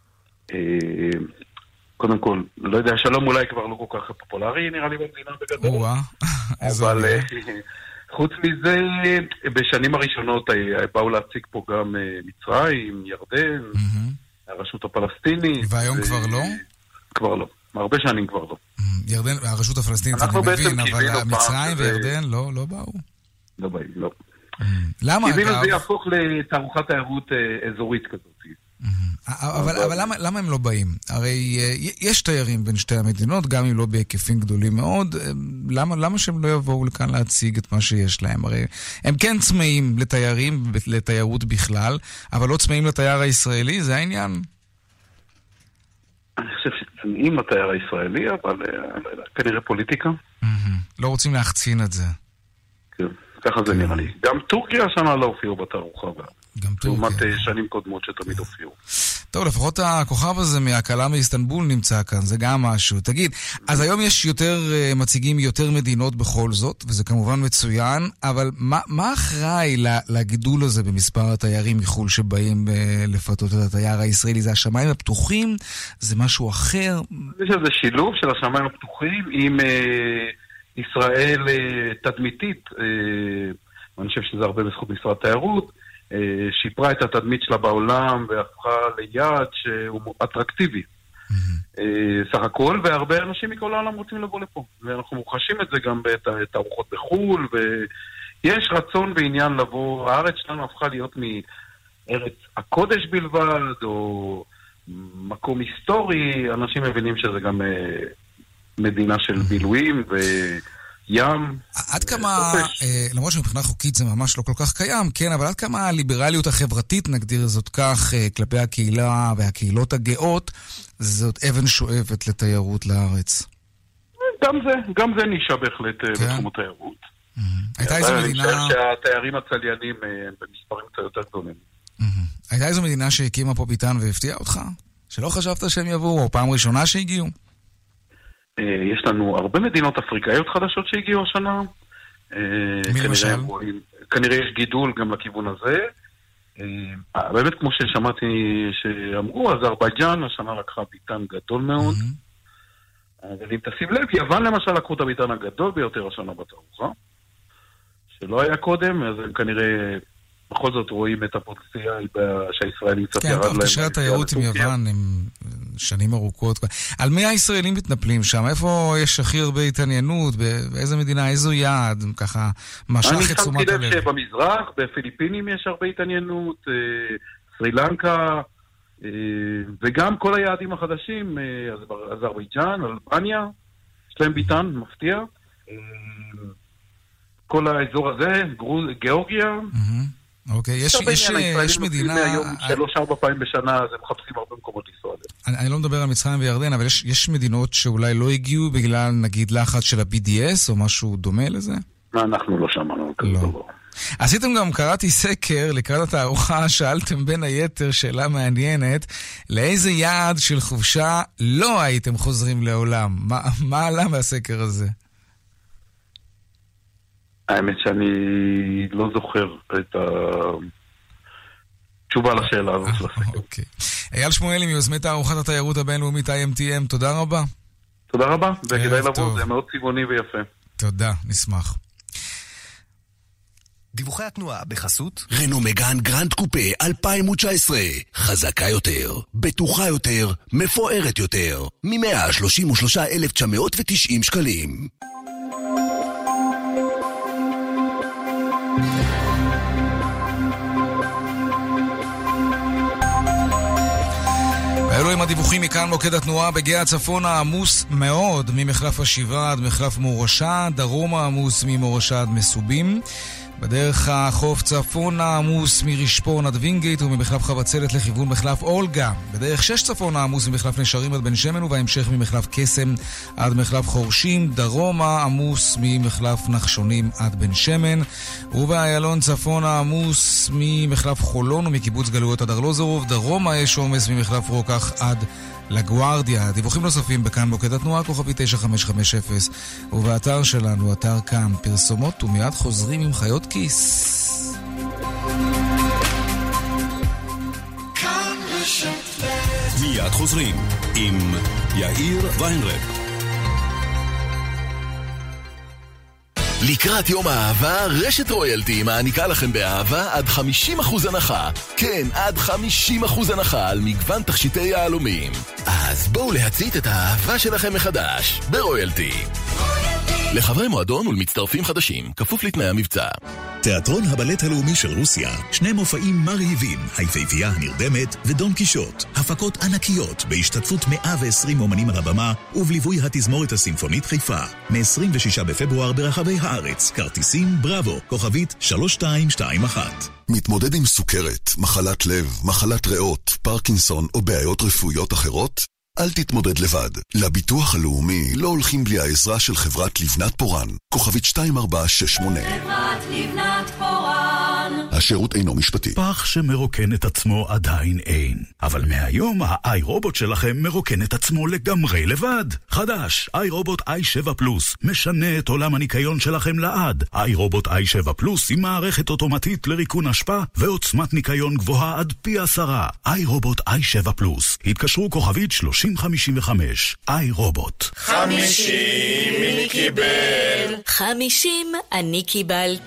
Speaker 3: קודם כל, לא יודע, שלום אולי כבר לא כל כך פופולרי, נראה לי במדינה בגדול. אבל חוץ מזה, בשנים הראשונות באו להציג פה גם מצרים, ירדן, הרשות הפלסטינית.
Speaker 1: והיום כבר לא?
Speaker 3: כבר לא. הרבה שנים כבר לא.
Speaker 1: ירדן, הרשות הפלסטינית, אני מבין, אבל מצרים וירדן לא באו?
Speaker 3: לא באו, לא.
Speaker 1: למה אגב?
Speaker 3: קיווינו זה יהפוך לתערוכת תיירות אזורית כזאת.
Speaker 1: אבל, אבל למה, למה הם לא באים? הרי יש תיירים בין שתי המדינות, גם אם לא בהיקפים גדולים מאוד. למה, למה שהם לא יבואו לכאן להציג את מה שיש להם? הרי הם כן צמאים לתיירים, לתיירות בכלל, אבל לא צמאים לתייר הישראלי, זה העניין?
Speaker 3: אני חושב שצמאים לתייר הישראלי, אבל כנראה פוליטיקה.
Speaker 1: לא רוצים להחצין את זה.
Speaker 3: כן, ככה זה נראה לי. גם טורקיה השנה לא הופיעו בתערוכה בה.
Speaker 1: גם טורקיה.
Speaker 3: לעומת שנים קודמות שתמיד הופיעו.
Speaker 1: טוב, לפחות הכוכב הזה מהקלה מאיסטנבול נמצא כאן, זה גם משהו. תגיד, אז היום יש יותר מציגים יותר מדינות בכל זאת, וזה כמובן מצוין, אבל מה, מה אחראי לגידול הזה במספר התיירים מחול שבאים לפתות את התייר הישראלי? זה השמיים הפתוחים? זה משהו אחר?
Speaker 3: יש איזה שילוב של השמיים הפתוחים עם ישראל תדמיתית, אני חושב שזה הרבה בזכות משרד התיירות, שיפרה את התדמית שלה בעולם והפכה ליעד שהוא אטרקטיבי
Speaker 12: סך הכל, והרבה אנשים מכל העולם רוצים לבוא לפה. ואנחנו מוחשים את זה גם בתערוכות בחול, ויש רצון בעניין לבוא. הארץ שלנו הפכה להיות מארץ הקודש בלבד, או מקום היסטורי. אנשים מבינים שזה גם מדינה של בילויים וים.
Speaker 1: עד כמה, למרות שמבחינה חוקית זה ממש לא כל כך קיים, כן, אבל עד כמה הליברליות החברתית, נגדיר זאת כך, כלפי הקהילה והקהילות הגאות, זאת אבן שואבת לתיירות לארץ.
Speaker 12: גם זה, גם זה נישה בהחלט בתחום התיירות.
Speaker 1: הייתה איזו מדינה...
Speaker 12: אני חושב שהתיירים הצליינים הם במספרים קצת יותר גדולים.
Speaker 1: הייתה איזו מדינה שהקימה פה ביטן והפתיעה אותך? שלא חשבת שהם יבואו, או פעם ראשונה שהגיעו?
Speaker 12: יש לנו הרבה מדינות אפריקאיות חדשות שהגיעו השנה.
Speaker 1: מי למשל?
Speaker 12: כנראה יש גידול גם לכיוון הזה. באמת כמו ששמעתי שאמרו, אזרבייג'אן השנה לקחה ביטן גדול מאוד. אבל אם תשים לב, יוון למשל לקחו את הביטן הגדול ביותר השנה בתערוכה, שלא היה קודם, אז הם כנראה בכל זאת רואים את הפוטנציאל שהישראלים קצת ירד להם. כן, קשרי
Speaker 1: התיירות עם יוון הם שנים ארוכות. על מי הישראלים מתנפלים שם? איפה יש הכי הרבה התעניינות? באיזה מדינה? איזו יעד? ככה משך את תשומת הלב.
Speaker 12: אני שמתי לב שבמזרח, בפיליפינים יש הרבה התעניינות, סרי לנקה, וגם כל היעדים החדשים, אזרבייג'אן, אלבניה, יש להם ביטן, מפתיע. כל האזור הזה, גיאורגיה.
Speaker 1: אוקיי, יש, יש, יש מדינה...
Speaker 12: היום שלוש ארבע פעמים בשנה, אז הם מחפשים הרבה מקומות לנסוע עליהם.
Speaker 1: אני, אני לא מדבר על מצרים וירדן, אבל יש, יש מדינות שאולי לא הגיעו בגלל, נגיד, לחץ של ה-בי די אס או משהו דומה לזה?
Speaker 12: אנחנו לא שמענו.
Speaker 1: לא. עשיתם גם, קראתי סקר לקראת התערוכה, שאלתם בין היתר שאלה מעניינת, לאיזה יעד של חופשה לא הייתם חוזרים לעולם? מה, מה עלה מהסקר הזה?
Speaker 12: האמת שאני לא זוכר את התשובה לשאלה הזאת של הסקר.
Speaker 1: אוקיי. אייל שמואלי מיוזמי תערוכת התיירות הבינלאומית איי אם טי אם, תודה רבה.
Speaker 12: תודה רבה, וכדאי לבוא, זה מאוד צבעוני ויפה.
Speaker 1: תודה, נשמח.
Speaker 13: דיווחי התנועה בחסות רנו מגן גרנד קופה אלפיים תשע עשרה, חזקה יותר, בטוחה יותר, מפוארת יותר, מ-מאה שלושים ושלושה אלף תשע מאות ותשעים שקלים.
Speaker 1: אלו עם הדיווחים מכאן מוקד התנועה. בגאה הצפון העמוס מאוד ממחלף השבעה עד מחלף מורשה, דרומה עמוס ממורשה עד מסובים, בדרך החוף צפון העמוס מרשפון עד וינגייט וממחלף חבצלת לכיוון מחלף אולגה, בדרך שש צפון העמוס ממחלף נשרים עד בן שמן ובהמשך ממחלף קסם עד מחלף חורשים, דרומה עמוס ממחלף נחשונים עד בן שמן, ובאיילון צפון העמוס ממחלף חולון ומקיבוץ גלויות עד ארלוזורוב, דרומה יש עומס ממחלף רוקח עד לגוארדיה. דיווחים נוספים בכאן מוקד התנועה כוכבי תשע חמש חמש אפס ובאתר שלנו, אתר כאן, פרסומות ומיד חוזרים עם חיות כיס.
Speaker 13: מיד חוזרים עם יאיר ויינרב. לקראת יום האהבה, רשת רויאלטי מעניקה לכם באהבה עד חמישים אחוז הנחה. כן, עד חמישים אחוז הנחה על מגוון תכשיטי יהלומים. אז בואו להצית את האהבה שלכם מחדש ברויאלטי. לחברי מועדון ולמצטרפים חדשים, כפוף לתנאי המבצע.
Speaker 14: תיאטרון הבלט הלאומי של רוסיה, שני מופעים מרהיבים, היפהפייה הנרדמת ודון קישוט, הפקות ענקיות בהשתתפות מאה ועשרים אומנים על הבמה ובליווי התזמורת הסימפונית חיפה, מ-עשרים ושישה בפברואר ברחבי הארץ. כרטיסים בראבו, כוכבית שלוש שתיים שתיים אחת.
Speaker 15: מתמודד עם סוכרת, מחלת לב, מחלת ריאות, פרקינסון או בעיות רפואיות אחרות? אל תתמודד לבד. לביטוח הלאומי לא הולכים בלי העזרה של חברת לבנת פורן. כוכבית שתיים ארבע שש שמונה.
Speaker 16: חברת לבנת פורן.
Speaker 15: השירות אינו משפטי.
Speaker 14: פח שמרוקן את עצמו עדיין אין. אבל מהיום האיי רובוט שלכם מרוקן את עצמו לגמרי לבד. חדש, איי רובוט איי שבע פלוס. משנה את עולם הניקיון שלכם לעד. איי רובוט איי שבע פלוס עם מערכת אוטומטית לריקון אשפה ועוצמת ניקיון גבוהה עד פי עשרה. איי רובוט איי שבע פלוס. התקשרו כוכבית שלושים חמישים וחמש. איי רובוט.
Speaker 16: חמישים אני קיבל.
Speaker 17: חמישים אני קיבלתי.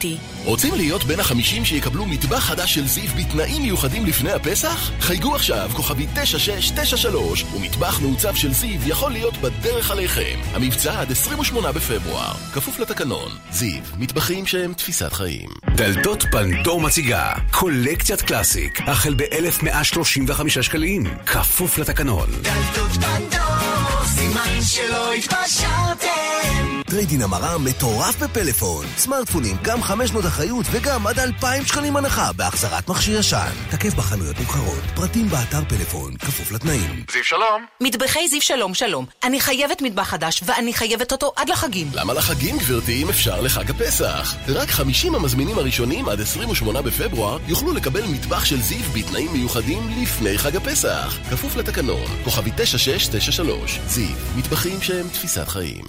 Speaker 13: רוצים להיות בין החמישים שיקבלו מטבח חדש של זיו בתנאים מיוחדים לפני הפסח? חייגו עכשיו כוכבי תשע שש תשע שלוש ומטבח מעוצב של זיו יכול להיות בדרך עליכם. המבצע עד עשרים ושמונה בפברואר. כפוף לתקנון. זיו, מטבחים שהם תפיסת חיים.
Speaker 17: דלתות פנדור מציגה קולקציית קלאסיק החל ב-אלף מאה שלושים וחמישה שקלים. כפוף לתקנון.
Speaker 18: דלתות פנדור, סימן שלא התפשרתם.
Speaker 17: טריידין המרה מטורף בפלאפון. סמארטפונים גם חמש שנות אחריות וגם עד אלפיים שקלים הנחה בהחזרת מכשיר ישן. תקף בחנויות נבחרות. פרטים באתר פלאפון. כפוף לתנאים.
Speaker 13: זיו שלום.
Speaker 19: מטבחי זיו שלום שלום. אני חייבת מטבח חדש ואני חייבת אותו עד לחגים.
Speaker 13: למה לחגים גברתי אם אפשר לחג הפסח? רק חמישים המזמינים הראשונים עד עשרים ושמונה בפברואר יוכלו לקבל מטבח של זיו בתנאים מיוחדים לפני חג הפסח. כפוף לתקנון. כוכבי תשע שש תשע שלוש. זיו, מטבחים שהם תפיסת חיים.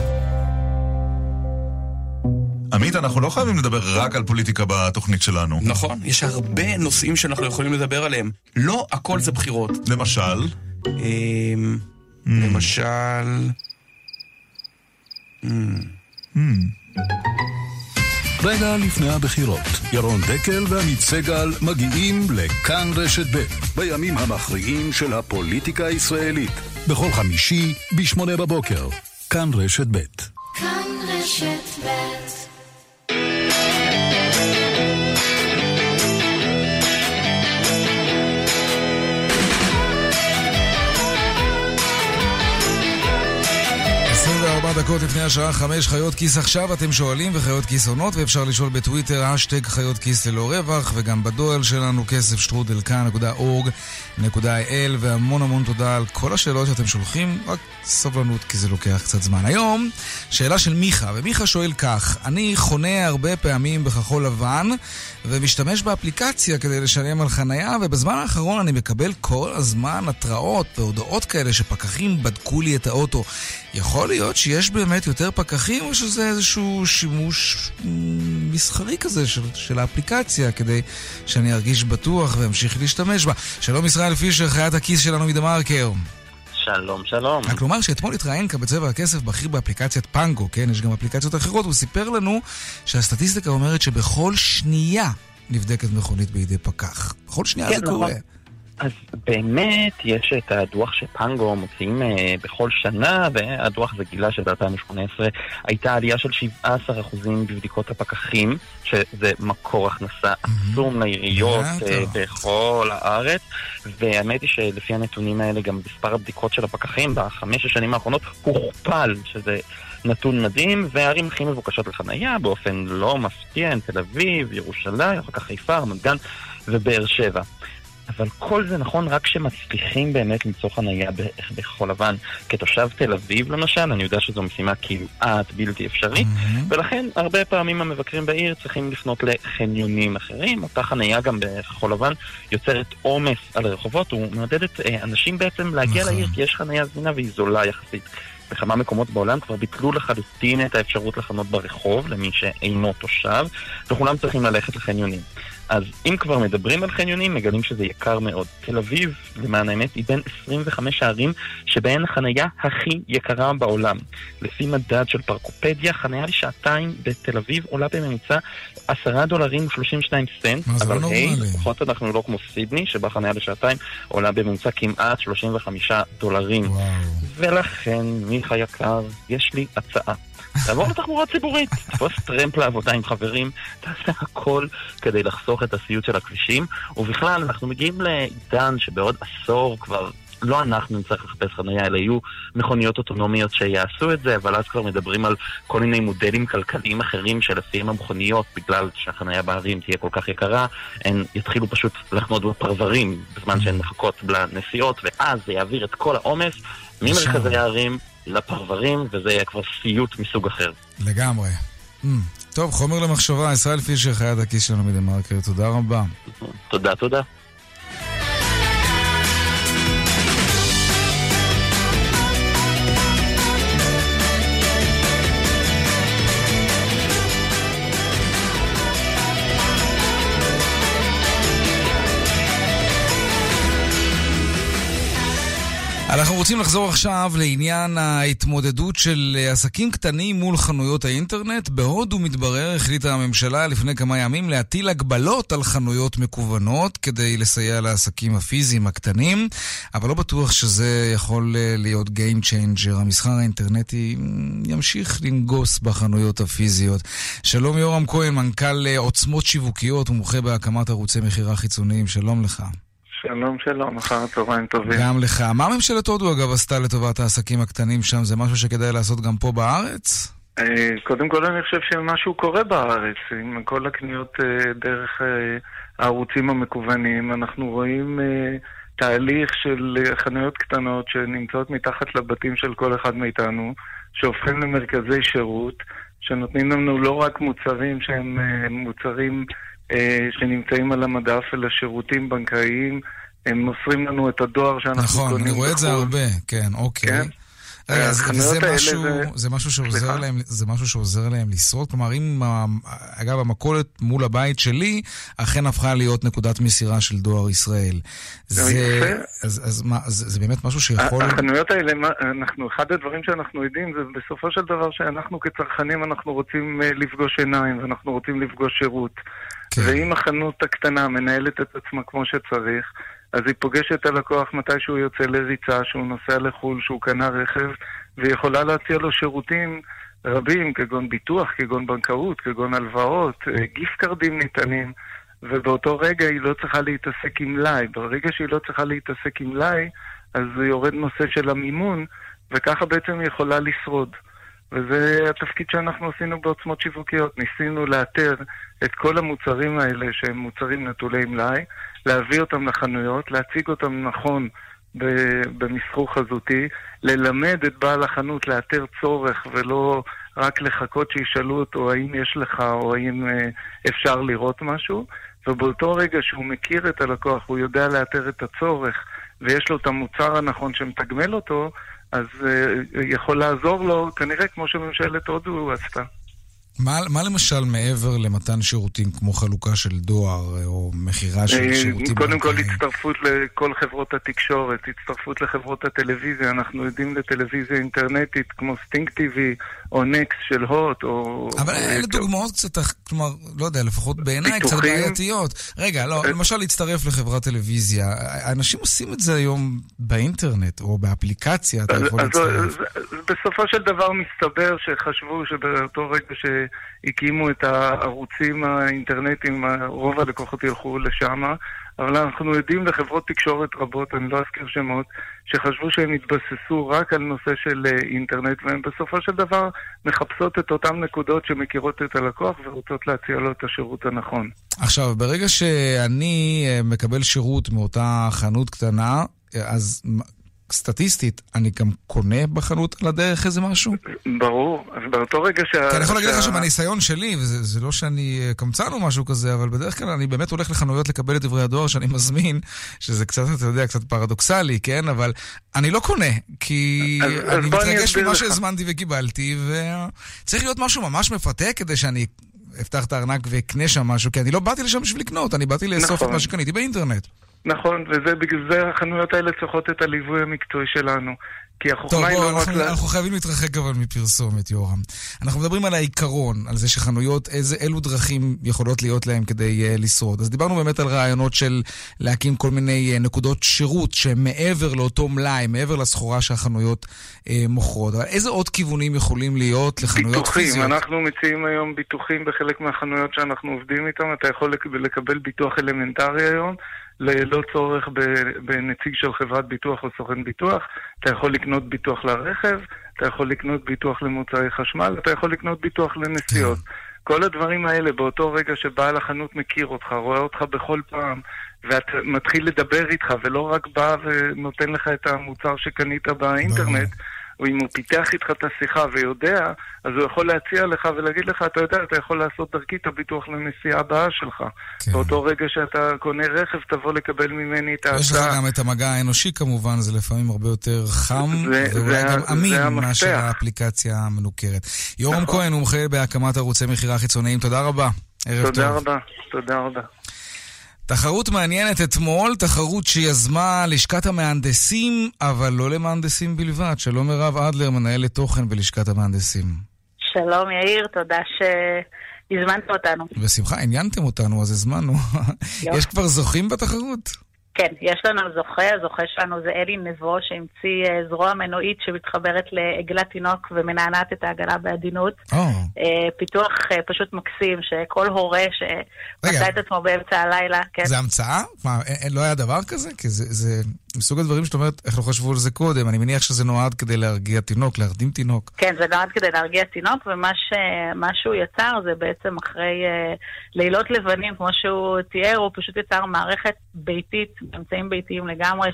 Speaker 20: עמית, אנחנו לא חייבים לדבר רק על פוליטיקה בתוכנית שלנו.
Speaker 21: נכון, יש הרבה נושאים שאנחנו יכולים לדבר עליהם. לא הכל זה בחירות.
Speaker 20: למשל?
Speaker 21: למשל...
Speaker 14: רגע לפני הבחירות, ירון דקל ועמית סגל מגיעים לכאן רשת ב' בימים המכריעים של הפוליטיקה הישראלית. בכל חמישי בשמונה בבוקר. כאן רשת ב'.
Speaker 16: כאן רשת ב'.
Speaker 1: ארבע דקות לפני השעה חמש, חיות כיס עכשיו, אתם שואלים וחיות כיס עונות, ואפשר לשאול בטוויטר, השטג חיות כיס ללא רווח, וגם בדואל שלנו כסף שטרודל כאן נקודה אורג נקודה איי אל, והמון המון תודה על כל השאלות שאתם שולחים, רק סבלנות כי זה לוקח קצת זמן. היום, שאלה של מיכה, ומיכה שואל כך, אני חונה הרבה פעמים בכחול לבן, ומשתמש באפליקציה כדי לשלם על חנייה, ובזמן האחרון אני מקבל כל הזמן התראות והודעות כאלה שפקחים בדקו לי את האוטו. יכול להיות שיש באמת יותר פקחים, או שזה איזשהו שימוש מסחרי כזה של, של האפליקציה, כדי שאני ארגיש בטוח ואמשיך להשתמש בה. שלום ישראל פישר, חיית הכיס שלנו מדמרקר.
Speaker 22: שלום, שלום.
Speaker 1: רק לומר שאתמול התראיין כבצבע הכסף בכיר באפליקציית פנגו, כן? יש גם אפליקציות אחרות, הוא סיפר לנו שהסטטיסטיקה אומרת שבכל שנייה נבדקת מכונית בידי פקח. בכל שנייה
Speaker 22: כן,
Speaker 1: זה קורה.
Speaker 22: אז באמת יש את הדוח שפנגו מוציאים אה, בכל שנה, והדוח זה גילה שב-אלפיים שמונה עשרה הייתה עלייה של שבעה עשר אחוזים בבדיקות הפקחים, שזה מקור הכנסה עצום לעיריות אה, בכל הארץ, והאמת היא שלפי הנתונים האלה גם מספר הבדיקות של הפקחים בחמש השנים האחרונות הוכפל, שזה נתון מדהים, והערים הכי מבוקשות לחנייה באופן לא מפתיע, תל אביב, ירושלים, אחר כך חיפה, רמת גן ובאר שבע. אבל כל זה נכון רק שמצליחים באמת למצוא חנייה בכחול לבן. כתושב תל אביב למשל, אני יודע שזו משימה כמעט בלתי אפשרית, mm-hmm. ולכן הרבה פעמים המבקרים בעיר צריכים לפנות לחניונים אחרים. אותה חנייה גם בכחול לבן יוצרת עומס על הרחובות, ומעודדת אה, אנשים בעצם להגיע mm-hmm. לעיר, כי יש חנייה זמינה והיא זולה יחסית. בכמה מקומות בעולם כבר ביטלו לחלוטין את האפשרות לחנות ברחוב למי שאינו תושב, וכולם צריכים ללכת לחניונים. אז אם כבר מדברים על חניונים, מגלים שזה יקר מאוד. תל אביב, למען האמת, היא בין עשרים וחמש הערים שבהן החנייה הכי יקרה בעולם. לפי מדד של פרקופדיה, חנייה לשעתיים בתל אביב עולה בממוצע עשרה דולרים ושלושים ושניים סנט, אבל היי, לפחות אנחנו לא כמו סידני, שבה חנייה לשעתיים עולה בממוצע כמעט שלושים וחמישה דולרים. וואו. ולכן, מיכה יקר, יש לי הצעה. תעבור לתחבורה ציבורית, תפוס טרמפ לעבודה עם חברים, תעשה הכל כדי לחסוך את הסיוט של הכבישים, ובכלל אנחנו מגיעים לעידן שבעוד עשור כבר לא אנחנו נצטרך לחפש חניה, אלא יהיו מכוניות אוטונומיות שיעשו את זה, אבל אז כבר מדברים על כל מיני מודלים כלכליים אחרים שלפיהם המכוניות, בגלל שהחניה בערים תהיה כל כך יקרה, הן יתחילו פשוט לחנות בפרברים בזמן שהן מחכות לנסיעות, ואז זה יעביר את כל העומס ממרכזי הערים לפרברים, וזה יהיה כבר סיוט מסוג אחר.
Speaker 1: לגמרי. Mm. טוב, חומר למחשבה, ישראל פישר, חיית הכיס שלנו מדמרקר, תודה רבה.
Speaker 22: תודה, תודה.
Speaker 1: אנחנו רוצים לחזור עכשיו לעניין ההתמודדות של עסקים קטנים מול חנויות האינטרנט. בהודו מתברר החליטה הממשלה לפני כמה ימים להטיל הגבלות על חנויות מקוונות כדי לסייע לעסקים הפיזיים הקטנים, אבל לא בטוח שזה יכול להיות game changer. המסחר האינטרנטי ימשיך לנגוס בחנויות הפיזיות. שלום יורם כהן, מנכ"ל עוצמות שיווקיות ומומחה בהקמת ערוצי מחירה חיצוניים. שלום לך.
Speaker 4: שלום, שלום, אחר הצהריים טובים.
Speaker 1: גם לך. מה ממשלת הודו אגב עשתה לטובת העסקים הקטנים שם? זה משהו שכדאי לעשות גם פה בארץ?
Speaker 4: קודם כל אני חושב שמשהו קורה בארץ. עם כל הקניות דרך הערוצים המקוונים, אנחנו רואים תהליך של חנויות קטנות שנמצאות מתחת לבתים של כל אחד מאיתנו, שהופכים למרכזי שירות, שנותנים לנו לא רק מוצרים שהם מוצרים שנמצאים על המדף, אלא שירותים בנקאיים, הם מוסרים לנו את הדואר שאנחנו
Speaker 1: נכון,
Speaker 4: קונים.
Speaker 1: נכון, אני רואה את זה הרבה, כן, אוקיי.
Speaker 4: כן?
Speaker 1: רגע, אז זה משהו,
Speaker 4: זה...
Speaker 1: זה משהו שעוזר להם, זה משהו שעוזר להם לשרוד? כלומר, אם, אגב, המכולת מול הבית שלי, אכן הפכה להיות נקודת מסירה של דואר ישראל. זה, אז, אז מה, זה, זה באמת משהו שיכול...
Speaker 4: החנויות האלה, אנחנו, אחד הדברים שאנחנו יודעים, זה בסופו של דבר שאנחנו כצרכנים, אנחנו רוצים לפגוש עיניים, ואנחנו רוצים לפגוש שירות. כן. ואם החנות הקטנה מנהלת את עצמה כמו שצריך, אז היא פוגשת את הלקוח מתי שהוא יוצא לריצה, שהוא נוסע לחול, שהוא קנה רכב, והיא יכולה להציע לו שירותים רבים, כגון ביטוח, כגון בנקאות, כגון הלוואות, גיפט קרדים ניתנים, ובאותו רגע היא לא צריכה להתעסק עם לי. ברגע שהיא לא צריכה להתעסק עם לי, אז יורד נושא של המימון, וככה בעצם היא יכולה לשרוד. וזה התפקיד שאנחנו עשינו בעוצמות שיווקיות. ניסינו לאתר את כל המוצרים האלה שהם מוצרים נטולי מלאי, להביא אותם לחנויות, להציג אותם נכון במסחור חזותי, ללמד את בעל החנות לאתר צורך ולא רק לחכות שישאלו אותו האם יש לך או האם אפשר לראות משהו, ובאותו רגע שהוא מכיר את הלקוח, הוא יודע לאתר את הצורך ויש לו את המוצר הנכון שמתגמל אותו, אז uh, יכול לעזור לו, כנראה כמו שממשלת הודו עשתה.
Speaker 1: מה, מה למשל מעבר למתן שירותים כמו חלוקה של דואר או מחירה של שירותים?
Speaker 4: קודם כל הצטרפות לכל חברות התקשורת, הצטרפות לחברות הטלוויזיה, אנחנו יודעים לטלוויזיה אינטרנטית כמו סטינג טיווי או נקס של הוט או...
Speaker 1: אבל אלה דוגמאות קצת, כלומר, לא יודע, לפחות בעיניי קצת בעייתיות. רגע, לא, למשל להצטרף לחברת טלוויזיה, האנשים עושים את זה היום באינטרנט או באפליקציה, אתה יכול להצטרף.
Speaker 4: בסופו של דבר מסתבר שחשבו שבאותו רגע ש... הקימו את הערוצים האינטרנטיים, רוב הלקוחות ילכו לשם, אבל אנחנו יודעים לחברות תקשורת רבות, אני לא אזכיר שמות, שחשבו שהם התבססו רק על נושא של אינטרנט, והם בסופו של דבר מחפשות את אותם נקודות שמכירות את הלקוח ורוצות להציע לו את השירות הנכון.
Speaker 1: עכשיו, ברגע שאני מקבל שירות מאותה חנות קטנה, אז... סטטיסטית, אני גם קונה בחנות על הדרך איזה משהו?
Speaker 4: ברור, אז באותו רגע שה...
Speaker 1: כי אני יכול להגיד לך שבניסיון שלי, וזה לא שאני קמצן או משהו כזה, אבל בדרך כלל אני באמת הולך לחנויות לקבל את דברי הדואר שאני מזמין, שזה קצת, אתה יודע, קצת פרדוקסלי, כן? אבל אני לא קונה, כי אני מתרגש ממה שהזמנתי וקיבלתי, וצריך להיות משהו ממש מפתה כדי שאני אפתח את הארנק ואקנה שם משהו, כי אני לא באתי לשם בשביל לקנות, אני באתי לאסוף את מה שקניתי באינטרנט.
Speaker 4: נכון, ובגלל זה החנויות האלה צריכות את הליווי המקצועי שלנו. כי החוכמה היא לא רק...
Speaker 1: טוב, אנחנו חייבים להתרחק אבל מפרסומת, יורם. אנחנו מדברים על העיקרון, על זה שחנויות, איזה אילו דרכים יכולות להיות להם כדי לשרוד. אז דיברנו באמת על רעיונות של להקים כל מיני נקודות שירות שהם מעבר לאותו מלאי, מעבר לסחורה שהחנויות מוכרות. אבל איזה עוד כיוונים יכולים להיות לחנויות פיזיות?
Speaker 4: ביטוחים, אנחנו מציעים היום ביטוחים בחלק מהחנויות שאנחנו עובדים איתם. אתה יכול לקבל ביטוח אלמנטרי היום. ללא צורך בנציג של חברת ביטוח או סוכן ביטוח. אתה יכול לקנות ביטוח לרכב, אתה יכול לקנות ביטוח למוצרי חשמל, אתה יכול לקנות ביטוח לנסיעות. כל הדברים האלה באותו רגע שבעל החנות מכיר אותך, רואה אותך בכל פעם, ואתה מתחיל לדבר איתך, ולא רק בא ונותן לך את המוצר שקנית באינטרנט, או אם הוא פיתח איתך את השיחה ויודע, אז הוא יכול להציע לך ולהגיד לך, אתה יודע, אתה יכול לעשות דרכי את הביטוח לנסיעה הבאה שלך. כן. באותו רגע שאתה קונה רכב, תבוא לקבל ממני את ההצעה.
Speaker 1: יש לך גם את המגע האנושי כמובן, זה לפעמים הרבה יותר חם, ואולי גם אמין מאשר האפליקציה המנוכרת. יורם נכון. כהן, מומחה בהקמת ערוצי מחירה חיצוניים, תודה רבה. ערב
Speaker 4: תודה
Speaker 1: טוב.
Speaker 4: רבה, תודה רבה.
Speaker 1: תחרות מעניינת אתמול, תחרות שיזמה לשכת המהנדסים, אבל לא למהנדסים בלבד. שלום מירב אדלר, מנהלת תוכן בלשכת המהנדסים.
Speaker 2: שלום יאיר, תודה שהזמנת אותנו.
Speaker 1: בשמחה, עניינתם אותנו, אז הזמנו. יש כבר זוכים בתחרות?
Speaker 2: כן, יש לנו זוכה, הזוכה שלנו זה אלי נבו, שהמציא זרוע מנועית שמתחברת לעגלת תינוק ומנענעת את העגלה בעדינות. Oh. פיתוח פשוט מקסים, שכל הורה שמצא את עצמו באמצע הלילה. כן.
Speaker 1: זה המצאה? מה, לא היה דבר כזה? כי זה, זה מסוג הדברים שאת אומרת, איך לא חשבו על זה קודם? אני מניח שזה נועד כדי להרגיע תינוק, להרדים תינוק.
Speaker 2: כן, זה נועד כדי להרגיע תינוק, ומה ש... מה שהוא יצר זה בעצם אחרי uh, לילות לבנים, כמו שהוא תיאר, הוא פשוט יצר מערכת ביתית, אמצעים ביתיים לגמרי,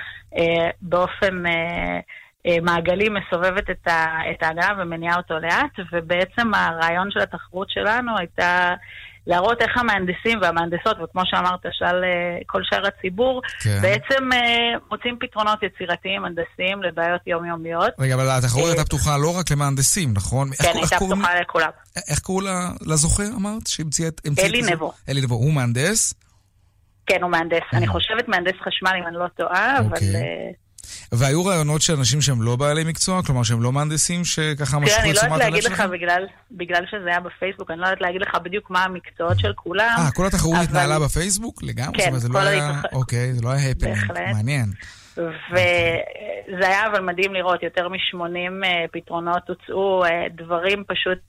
Speaker 2: שבאופן uh, uh, uh, מעגלי מסובבת את, ה... את העגלה ומניעה אותו לאט, ובעצם הרעיון של התחרות שלנו הייתה להראות איך המהנדסים והמהנדסות, וכמו שאמרת, של כל שאר הציבור, כן. בעצם מוצאים פתרונות יצירתיים, הנדסיים, לבעיות יומיומיות.
Speaker 1: רגע, אבל התחרות הייתה פתוחה לא רק למהנדסים, נכון?
Speaker 2: כן, הייתה פתוחה לכולם.
Speaker 1: איך קראו לזוכה, אמרת?
Speaker 2: אלי נבו.
Speaker 1: אלי נבו, הוא מהנדס?
Speaker 2: כן, הוא מהנדס. אני חושבת מהנדס חשמל, אם אני לא טועה, אבל...
Speaker 1: והיו רעיונות של אנשים שהם לא בעלי מקצוע, כלומר שהם לא מהנדסים שככה משכו את
Speaker 2: תשומת הלב שלכם?
Speaker 1: אני
Speaker 2: לא יודעת להגיד לך, בגלל, בגלל שזה היה בפייסבוק, אני לא יודעת להגיד לך בדיוק מה המקצועות של כולם.
Speaker 1: אה, כל התחרות התנהלה בפייסבוק? לגמרי?
Speaker 2: כן,
Speaker 1: כל היה... אוקיי, זה לא היה הפנינג, מעניין.
Speaker 2: וזה היה אבל מדהים לראות, יותר מ-שמונים פתרונות הוצאו, דברים פשוט...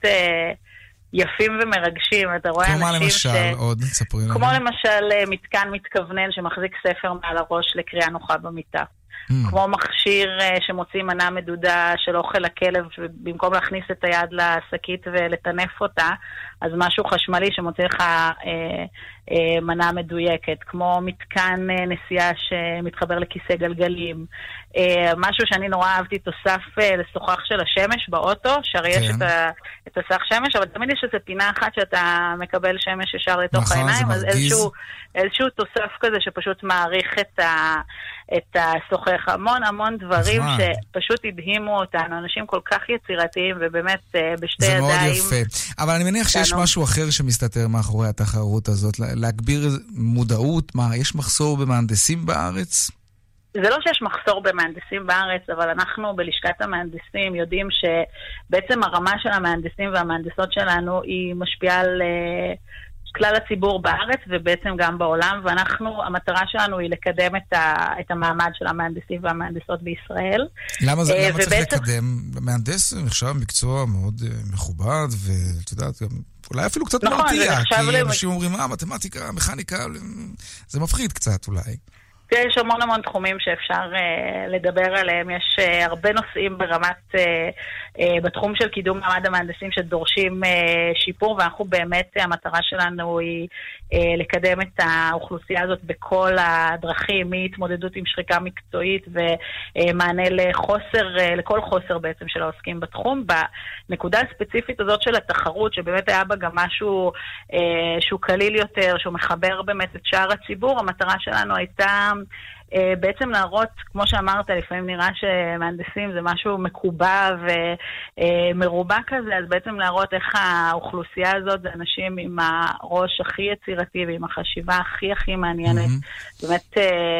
Speaker 2: יפים ומרגשים, אתה רואה אנשים ש...
Speaker 1: כמו מה למשל, עוד, ספרי לנו.
Speaker 2: כמו למשל מתקן מתכוונן שמחזיק ספר מעל הראש לקריאה נוחה במיטה. Mm. כמו מכשיר שמוציא מנה מדודה של אוכל לכלב, במקום להכניס את היד לשקית ולטנף אותה, אז משהו חשמלי שמוציא לך אה, אה, מנה מדויקת, כמו מתקן אה, נסיעה שמתחבר לכיסא גלגלים, אה, משהו שאני נורא אהבתי, תוסף אה, לשוחח של השמש באוטו, שהרי כן. יש את, ה, את תוסף שמש, אבל תמיד יש איזו פינה אחת שאתה מקבל שמש ישר לתוך
Speaker 1: נכון,
Speaker 2: העיניים, אז איזשהו, איזשהו תוסף כזה שפשוט מעריך את ה... את השוחח, המון המון דברים נכון. שפשוט הדהימו אותנו, אנשים כל כך יצירתיים ובאמת בשתי
Speaker 1: זה
Speaker 2: ידיים.
Speaker 1: זה מאוד יפה, אבל אני מניח שיש לנו... משהו אחר שמסתתר מאחורי התחרות הזאת, להגביר מודעות, מה, יש מחסור במהנדסים בארץ?
Speaker 2: זה לא שיש מחסור במהנדסים בארץ, אבל אנחנו בלשכת המהנדסים יודעים שבעצם הרמה של המהנדסים והמהנדסות שלנו היא משפיעה על... כלל הציבור בארץ ובעצם גם בעולם, ואנחנו, המטרה שלנו היא לקדם את, ה, את המעמד של המהנדסים והמהנדסות בישראל.
Speaker 1: למה, זה, למה ובעצם... צריך לקדם? מהנדס נחשב מקצוע מאוד מכובד, ואת יודעת, אולי אפילו קצת נכון, מרתיע, כי למ... אנשים אומרים, אה, מתמטיקה, מכניקה, זה מפחיד קצת אולי.
Speaker 2: יש המון המון תחומים שאפשר uh, לדבר עליהם, יש uh, הרבה נושאים ברמת, uh, uh, בתחום של קידום מעמד המהנדסים שדורשים uh, שיפור, ואנחנו באמת, uh, המטרה שלנו היא uh, לקדם את האוכלוסייה הזאת בכל הדרכים, מהתמודדות עם שחיקה מקצועית ומענה לחוסר, uh, לכל חוסר בעצם של העוסקים בתחום. בנקודה הספציפית הזאת של התחרות, שבאמת היה בה גם משהו uh, שהוא קליל יותר, שהוא מחבר באמת את שאר הציבור, המטרה שלנו הייתה בעצם להראות, כמו שאמרת, לפעמים נראה שמהנדסים זה משהו מקובע ומרובע כזה, אז בעצם להראות איך האוכלוסייה הזאת זה אנשים עם הראש הכי יצירתי ועם החשיבה הכי הכי מעניינת, mm-hmm. באמת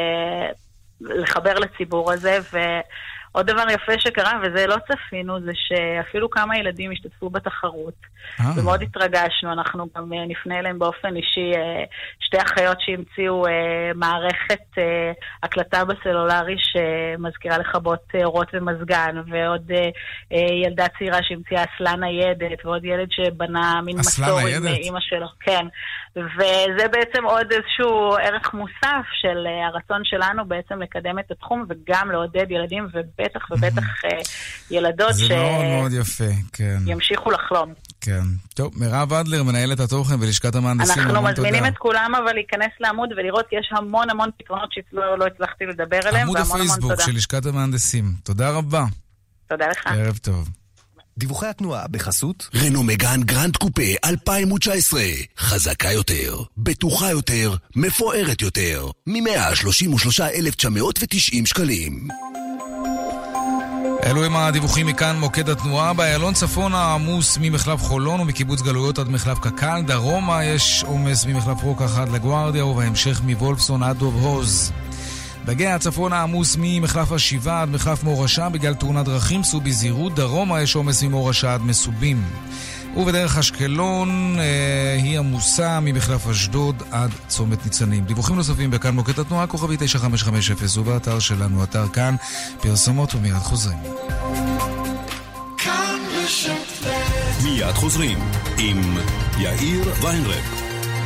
Speaker 2: לחבר לציבור הזה. ו... עוד דבר יפה שקרה, וזה לא צפינו, זה שאפילו כמה ילדים השתתפו בתחרות, ומאוד התרגשנו, אנחנו גם נפנה אליהם באופן אישי, שתי אחיות שהמציאו מערכת הקלטה בסלולרי שמזכירה לכבות אורות ומזגן, ועוד ילדה צעירה שהמציאה אסלה ניידת, ועוד ילד שבנה מין מסור עם אמא שלו, כן. וזה בעצם עוד איזשהו ערך מוסף של הרצון שלנו בעצם לקדם את התחום, וגם לעודד ילדים ובטח ובטח ילדות
Speaker 1: זה מאוד מאוד יפה, כן.
Speaker 2: ימשיכו לחלום.
Speaker 1: כן. טוב, מירב אדלר, מנהלת התוכן ולשכת המהנדסים.
Speaker 2: אנחנו מזמינים את כולם אבל להיכנס לעמוד ולראות, יש המון המון פתרונות שלא הצלחתי לדבר עליהם.
Speaker 1: עמוד הפייסבוק של לשכת המהנדסים. תודה רבה.
Speaker 2: תודה לך.
Speaker 1: ערב טוב.
Speaker 17: דיווחי התנועה בחסות
Speaker 13: רנו מגן גרנד קופה אלפיים תשע עשרה, חזקה יותר, בטוחה יותר, מפוארת יותר, מ-מאה שלושים ושלושה אלף תשע מאות ותשעים שקלים.
Speaker 1: אלו הם הדיווחים מכאן מוקד התנועה. באיילון צפונה עמוס ממחלף חולון ומקיבוץ גלויות עד מחלף קק"ל. דרומה יש עומס ממחלף רוקח עד לגוארדיה ובהמשך מוולפסון עד דוב הוז. בגאה צפונה עמוס ממחלף השבעה עד מחלף מורשה בגלל תאונת דרכים, סעו בזהירות. דרומה יש עומס ממורשה עד מסובים. ובדרך אשקלון אה, היא עמוסה ממחלף אשדוד עד צומת ניצנים. דיווחים נוספים בכאן מוקד התנועה כוכבי תשע חמש חמש אפס ובאתר שלנו, אתר כאן, פרסומות ומיד חוזרים.
Speaker 18: כאן רשת ב'
Speaker 14: מיד חוזרים עם יאיר ויינרב.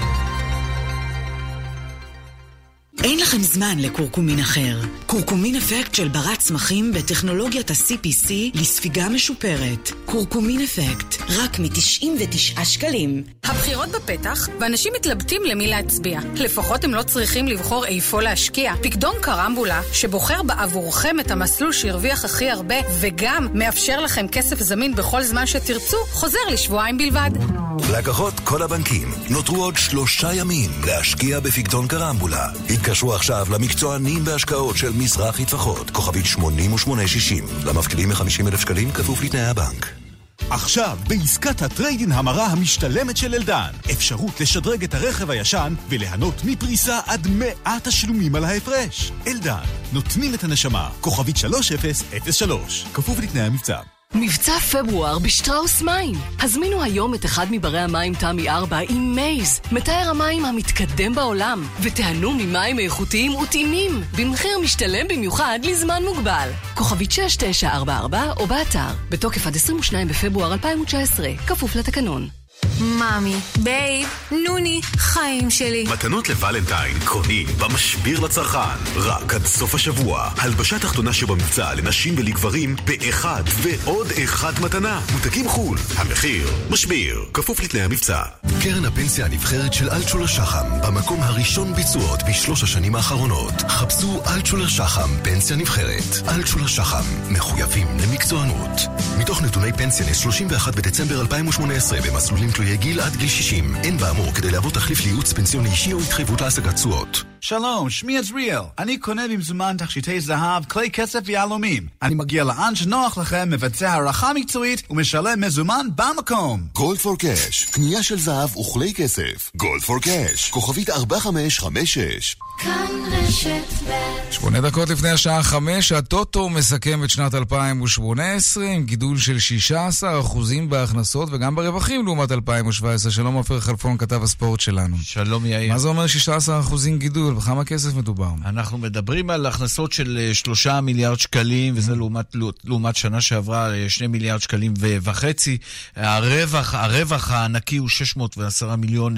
Speaker 5: אין לכם זמן לקורקומין אחר. קורקומין אפקט של ברת צמחים בטכנולוגיית ה-סי פי סי לספיגה משופרת. קורקומין אפקט, רק מ-תשעים ותשעה שקלים.
Speaker 6: הבחירות בפתח, ואנשים מתלבטים למי להצביע. לפחות הם לא צריכים לבחור איפה להשקיע. פקדון קרמבולה, שבוחר בעבורכם את המסלול שהרוויח הכי הרבה, וגם מאפשר לכם כסף זמין בכל זמן שתרצו, חוזר לשבועיים בלבד.
Speaker 17: לקוחות כל הבנקים, נותרו עוד שלושה ימים להשקיע בפקדון קרמבולה. התקשרו עכשיו למקצוענים בהשקעות של מזרחי טפחות, כוכבית שמונים ושמונה שישים, למפקידים מ-חמישים אלף שקלים כפוף לתנאי הבנק.
Speaker 23: עכשיו, בעסקת הטריידין המרה המשתלמת של אלדן, אפשרות לשדרג את הרכב הישן וליהנות מפריסה עד מאה תשלומים על ההפרש. אלדן, נותנים את הנשמה, כוכבית שלוש אפס אפס שלוש, כפוף לתנאי המבצע.
Speaker 24: מבצע פברואר בשטראוס מים. הזמינו היום את אחד מברי המים תמי ארבע עם מייז, מתאר המים המתקדם בעולם, ותיהנו ממים איכותיים וטעימים, במחיר משתלם במיוחד לזמן מוגבל. כוכבית שש תשע ארבע ארבע או באתר, בתוקף עד עשרים ושניים בפברואר אלפיים תשע עשרה, כפוף לתקנון.
Speaker 25: מאמי, בייב, נוני, חיים שלי.
Speaker 14: מתנות לוולנטיין, קונים במשביר לצרכן. רק עד סוף השבוע. הלבשה תחתונה שבמבצע לנשים ולגברים באחד ועוד אחד מתנה. מותגים חול. המחיר משביר. כפוף לתנאי המבצע.
Speaker 15: קרן הפנסיה הנבחרת של אלטשולר שחם, במקום הראשון ביצועות בשלוש השנים האחרונות. חפשו אלטשולר שחם, פנסיה נבחרת. אלטשולר שחם, מחויבים למקצוענות. מתוך נתוני פנסיה ל-שלושים ואחד בדצמבר אלפיים ושמונה עשרה במסלולים תלויי גיל עד גיל שישים. אין באמור כדי להוות תחליף לייעוץ פנסיוני אישי או התחייבות להשגת תשואות.
Speaker 26: שלום, שמי עזריאל. אני קונה במזומן תכשיטי זהב, כלי כסף ויהלומים. אני מגיע לאן שנוח לכם, מבצע הערכה מקצועית ומשלם מזומן במקום.
Speaker 15: גולד פור קאש, קנייה של זהב וכלי כסף. גולד פור קאש, כוכבית ארבע חמש חמש שש.
Speaker 18: כאן רשת ב'
Speaker 1: שמונה דקות לפני השעה חמש, הטוטו מסכם את שנת אלפיים ושמונה עשרה עם גידול של שישה עשר אחוזים בהכנסות וגם ברווחים לעומת אלפיים ושבע עשרה. שלום עופר חלפון, כתב הספורט שלנו.
Speaker 27: שלום יאיר.
Speaker 1: מה זה אומר שישה עשר אחוזים גידול? בכמה כסף מדובר?
Speaker 27: אנחנו מדברים על הכנסות של שלושה מיליארד שקלים, וזה לעומת, לעומת שנה שעברה שני מיליארד שקלים וחצי. הרווח, הרווח הענקי הוא שש מאות ועשרה מיליון,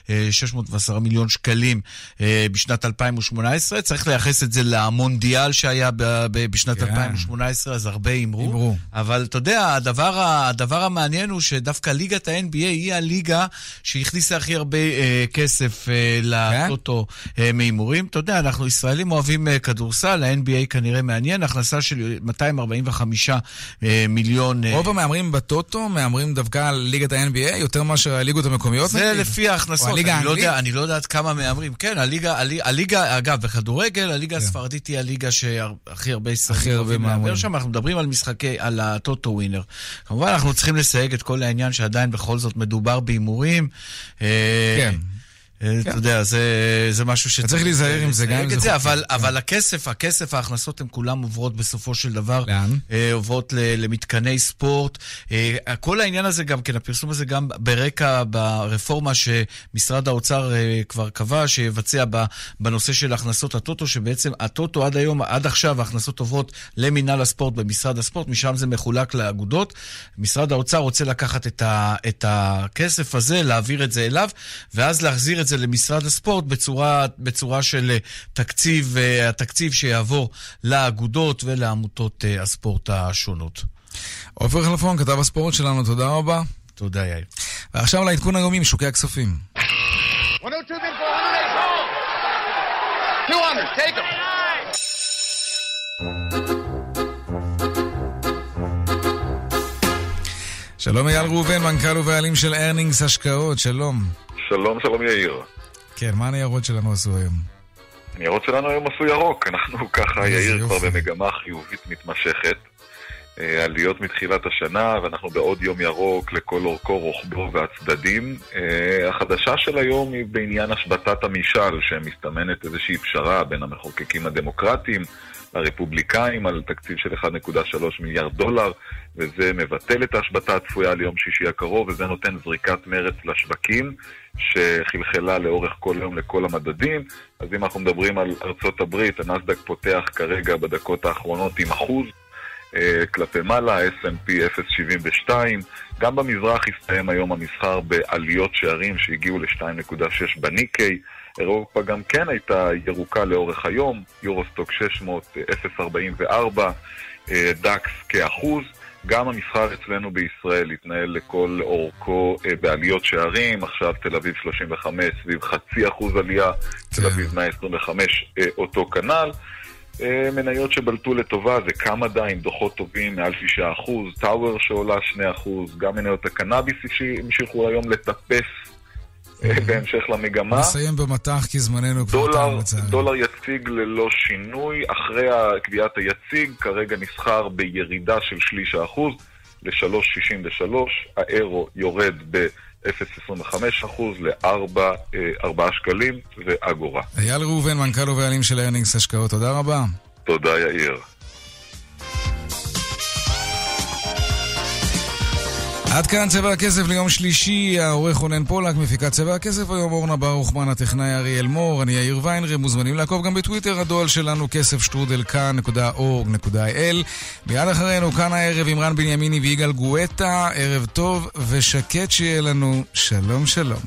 Speaker 27: שש מאות ועשרה מיליון שקלים בשנת אלפיים ושמונה עשרה. צריך לייחס את זה למונדיאל שהיה בשנת אלפיים ושמונה עשרה, אז הרבה אמרו. אבל אתה יודע, הדבר, הדבר המעניין הוא שדווקא ליגת ה-אן בי איי היא הליגה שהכניסה הכי הרבה כסף לטוטו מאימורים. אתה יודע, אנחנו ישראלים אוהבים כדורסל, ה-אן בי איי כנראה מעניין, הכנסה של מאתיים ארבעים וחמישה מיליון.
Speaker 1: רוב המאמרים בטוטו מאמרים דווקא על ליגת ה-אן בי איי יותר מאשר הליגות המקומיות.
Speaker 27: זה לפי ההכנסות. אני לא יודעת כמה מאמרים. כן, הליגה, הליגה, אגב, בכדורגל, הליגה הספרדית היא הליגה שהכי הרבה ישראלים אוהבים מאמרים שם. אנחנו מדברים על משחקי, על הטוטו ווינר. כמובן, אנחנו צריכים לסייג את כל העניין שעדיין בכל זאת מדובר באימורים. כן. אתה יודע, זה משהו שצריך
Speaker 1: להיזהר עם זה, גם אם זה
Speaker 27: חוקי. אבל הכסף, הכסף, ההכנסות הן כולם עוברות בסופו של דבר. לאן? עוברות למתקני ספורט. כל העניין הזה גם כן, הפרסום הזה גם ברקע ברפורמה שמשרד האוצר כבר קבע, שיבצע בנושא של הכנסות הטוטו, שבעצם הטוטו עד היום, עד עכשיו, ההכנסות עוברות למינהל הספורט במשרד הספורט, משם זה מחולק לאגודות. משרד האוצר רוצה לקחת את הכסף הזה, להעביר את זה אליו, ואז להחזיר את זה למשרד הספורט בצורה, בצורה של תקציב, התקציב שיעבור לאגודות ולעמותות הספורט השונות.
Speaker 1: עופר חלפון, כתב הספורט שלנו, תודה רבה.
Speaker 27: תודה יאיר.
Speaker 1: ועכשיו לעדכון היומי משוקי הכספים. שלום אייל ראובן, מנכ"ל ובעלים של ארנינגס השקעות, שלום.
Speaker 28: שלום, שלום יאיר.
Speaker 1: כן, מה הניירות שלנו עשו היום?
Speaker 28: הניירות שלנו היום עשו ירוק, אנחנו ככה, יאיר כבר במגמה חיובית מתמשכת.
Speaker 20: עליות מתחילת השנה, ואנחנו בעוד יום ירוק לכל אורכו, רוחבו והצדדים. החדשה של היום היא בעניין השבתת המשאל, שמסתמנת איזושהי פשרה בין המחוקקים הדמוקרטיים הרפובליקאים על תקציב של אחד נקודה שלוש מיליארד דולר, וזה מבטל את ההשבתה הצפויה ליום שישי הקרוב, וזה נותן זריקת מרץ לשווקים שחלחלה לאורך כל יום לכל המדדים. אז אם אנחנו מדברים על ארצות הברית, הנסדק פותח כרגע בדקות האחרונות עם אחוז כלפי מעלה, אס אנד פי אפס נקודה שבעים ושתיים. גם במזרח הסתיים היום המסחר בעליות שערים שהגיעו ל-שתיים נקודה שש בניקי. אירופה גם כן הייתה ירוקה לאורך היום, יורוסטוק שש מאות אפס נקודה ארבעים וארבע, דאקס כאחוז. גם המסחר אצלנו בישראל התנהל לכל אורכו בעליות שערים, עכשיו תל אביב שלושים וחמש סביב חצי אחוז עלייה, תל אביב מאה עשרים וחמש אותו כנל. מניות שבלטו לטובה זה קמדה עם דוחות טובים מעל שישה אחוז, טאוור שעולה שני אחוז, גם מניות הקנאביס המשיכו היום לטפס בהמשך למגמה.
Speaker 1: נסיים במתח כי זמננו כבר תם לצערי.
Speaker 20: דולר יציג ללא שינוי, אחרי קביעת היציג כרגע נסחר בירידה של שליש האחוז ל-שלוש נקודה שישים ושלוש, האירו יורד ב-אפס נקודה עשרים וחמש אחוז ל-ארבע שקלים ואגורה.
Speaker 1: אייל ראובן, מנכ"ל ובעלים של ארנינגס השקעות, תודה רבה.
Speaker 20: תודה יאיר.
Speaker 1: עד כאן צבע הכסף ליום שלישי, העורך רונן פולק, מפיקת צבע הכסף היום אורנה ברוכמן, הטכנאי אריאל מור, אני יאיר ויינרב, מוזמנים לעקוב גם בטוויטר, הדואל שלנו כסף שטרודל כאן נקודה אורג נקודה איי אל. מיד אחרינו כאן הערב עם רן בנימיני ויגאל גואטה, ערב טוב ושקט שיהיה לנו, שלום שלום.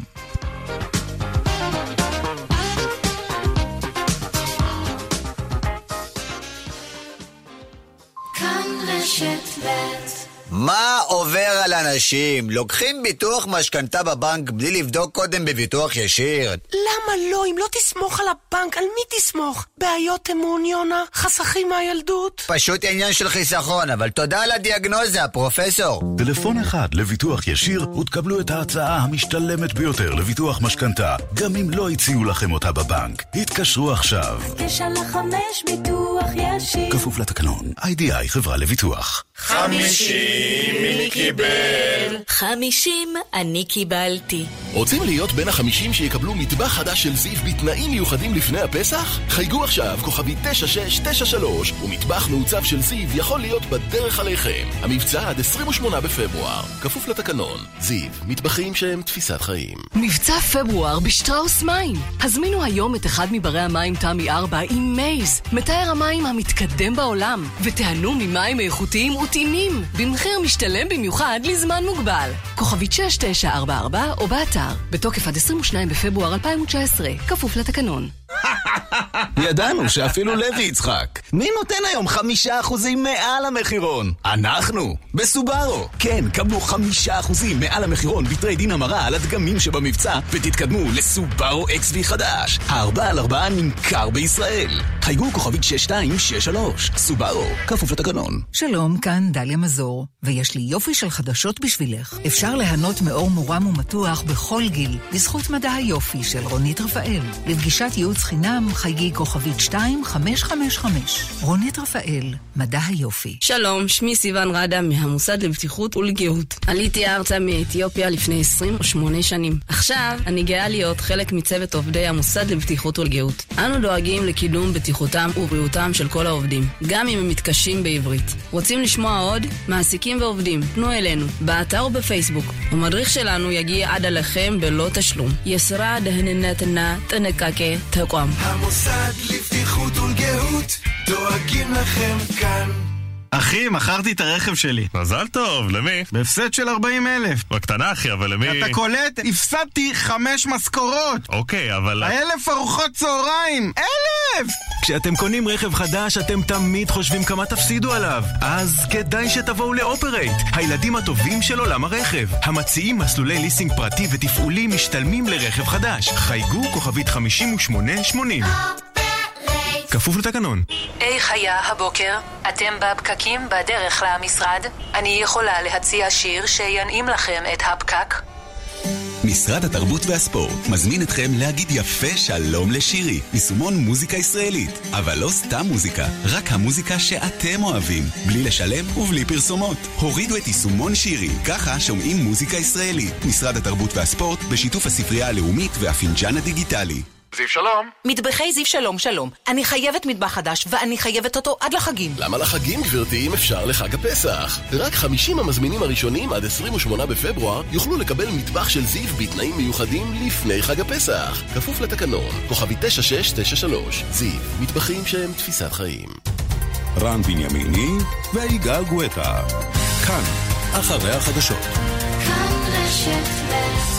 Speaker 16: כאן רשת ב'.
Speaker 3: מה עובר על אנשים? לוקחים ביטוח משכנתה בבנק בלי לבדוק קודם בביטוח ישיר?
Speaker 7: למה לא? אם לא תסמוך על הבנק, על מי תסמוך? בעיות אמון, יונה? חסכים מהילדות?
Speaker 3: פשוט עניין של חיסכון, אבל תודה על הדיאגנוזה, פרופסור.
Speaker 14: טלפון אחד לביטוח ישיר ותקבלו את ההצעה המשתלמת ביותר לביטוח משכנתה, גם אם לא הציעו לכם אותה בבנק. התקשרו עכשיו.
Speaker 16: תשע לחמש ביטוח ישיר.
Speaker 14: כפוף לתקנון. איי די איי חברה לביטוח.
Speaker 8: חמישים מי קיבל?
Speaker 9: חמישים אני קיבלתי.
Speaker 13: רוצים להיות בין החמישים שיקבלו מטבח חדש של זיו בתנאים מיוחדים לפני הפסח? חייגו עכשיו כוכבי תשע שש תשע שלוש ומטבח מעוצב של זיו יכול להיות בדרך עליכם. המבצע עד עשרים ושמונה בפברואר, כפוף לתקנון. זיו, מטבחים שהם תפיסת חיים.
Speaker 24: מבצע פברואר בשטראוס מים. הזמינו היום את אחד מברי המים תמי ארבע עם מייז, מתאר המים המתקדם בעולם, ותיהנו ממים איכותיים וטעימים במחיר משתלם במיוחד לזמן מוגבל. כוכבית שש תשע ארבע ארבע או באתר, בתוקף עד עשרים ושניים בפברואר אלפיים תשע עשרה, כפוף לתקנון.
Speaker 10: ידענו שאפילו לוי יצחק. מי נותן היום חמישה אחוזים מעל המחירון? אנחנו, בסובארו. כן, קבלו חמישה אחוזים מעל המחירון בטריידין המרה על הדגמים שבמבצע, ותתקדמו לסובארו אקס וי חדש. הארבע על ארבעה נמכר בישראל. חייגו כוכבית שש שתיים שש שלוש. סובארו, כפוף לתקנון.
Speaker 11: שלום, כאן דליה מזור, ויש לי יופי של חדשות בשבילך. אפשר ליהנות מאור מורם ומתוח בכל גיל, בזכות מדע היופי של רונית רפאל. לפגישת ייעוץ חינם חייגי כוכבית שתיים חמש חמש חמש. רונית רפאל, מדע היופי.
Speaker 12: שלום, שמי סיוון רדה מהמוסד לבטיחות ולגאות. עליתי ארצה מאתיופיה לפני עשרים ושמונה שנים. עכשיו אני גאה להיות חלק מצוות עובדי המוסד לבטיחות ולגאות. אנו דואגים לקידום בטיחותם ובריאותם של כל העובדים, גם אם הם מתקשים בעברית. רוצים לשמוע עוד? מעסיקים ועובדים, פנו אלינו, באתר ובפייסבוק. המדריך שלנו יגיע עד אליכם בלא תשלום. יסרה דהננתנה תנקקה תקום.
Speaker 8: המוסד לבטיחות ולגאות, דואגים לכם כאן.
Speaker 28: אחי, מכרתי את הרכב שלי.
Speaker 29: מזל טוב, למי?
Speaker 28: בהפסד של ארבעים אלף.
Speaker 29: בקטנה אחי, אבל למי?
Speaker 28: אתה קולט? הפסדתי חמש משכורות.
Speaker 29: אוקיי, אבל...
Speaker 28: אלף ארוחות צהריים! אלף!
Speaker 23: כשאתם קונים רכב חדש, אתם תמיד חושבים כמה תפסידו עליו. אז כדאי שתבואו לאופרייט, הילדים הטובים של עולם הרכב. המציעים מסלולי ליסינג פרטי ותפעולי משתלמים לרכב חדש. חייגו כוכבית חמישים ושמונה שמונים. כפוף לתקנון.
Speaker 30: איך היה הבוקר? אתם בפקקים בדרך למשרד? אני יכולה להציע שיר שינעים לכם את הפקק?
Speaker 10: משרד התרבות והספורט מזמין אתכם להגיד יפה שלום לשירי, יישומון מוזיקה ישראלית. אבל לא סתם מוזיקה, רק המוזיקה שאתם אוהבים, בלי לשלם ובלי פרסומות. הורידו את יישומון שירי, ככה שומעים מוזיקה ישראלית. משרד התרבות והספורט בשיתוף הספרייה הלאומית והפינג'אן הדיגיטלי.
Speaker 2: זיו שלום.
Speaker 4: מטבחי זיו שלום שלום. אני חייבת מטבח חדש ואני חייבת אותו עד לחגים.
Speaker 13: למה לחגים, גברתי, אם אפשר לחג הפסח? רק חמישים המזמינים הראשונים עד עשרים ושמונה בפברואר יוכלו לקבל מטבח של זיו בתנאים מיוחדים לפני חג הפסח. כפוף לתקנון. כוכבי תשע שש תשע שלוש. זיו, מטבחים שהם תפיסת חיים.
Speaker 14: רן בנימיני ויגאל גואטה. כאן, אחרי החדשות.
Speaker 18: כאן רשת ב'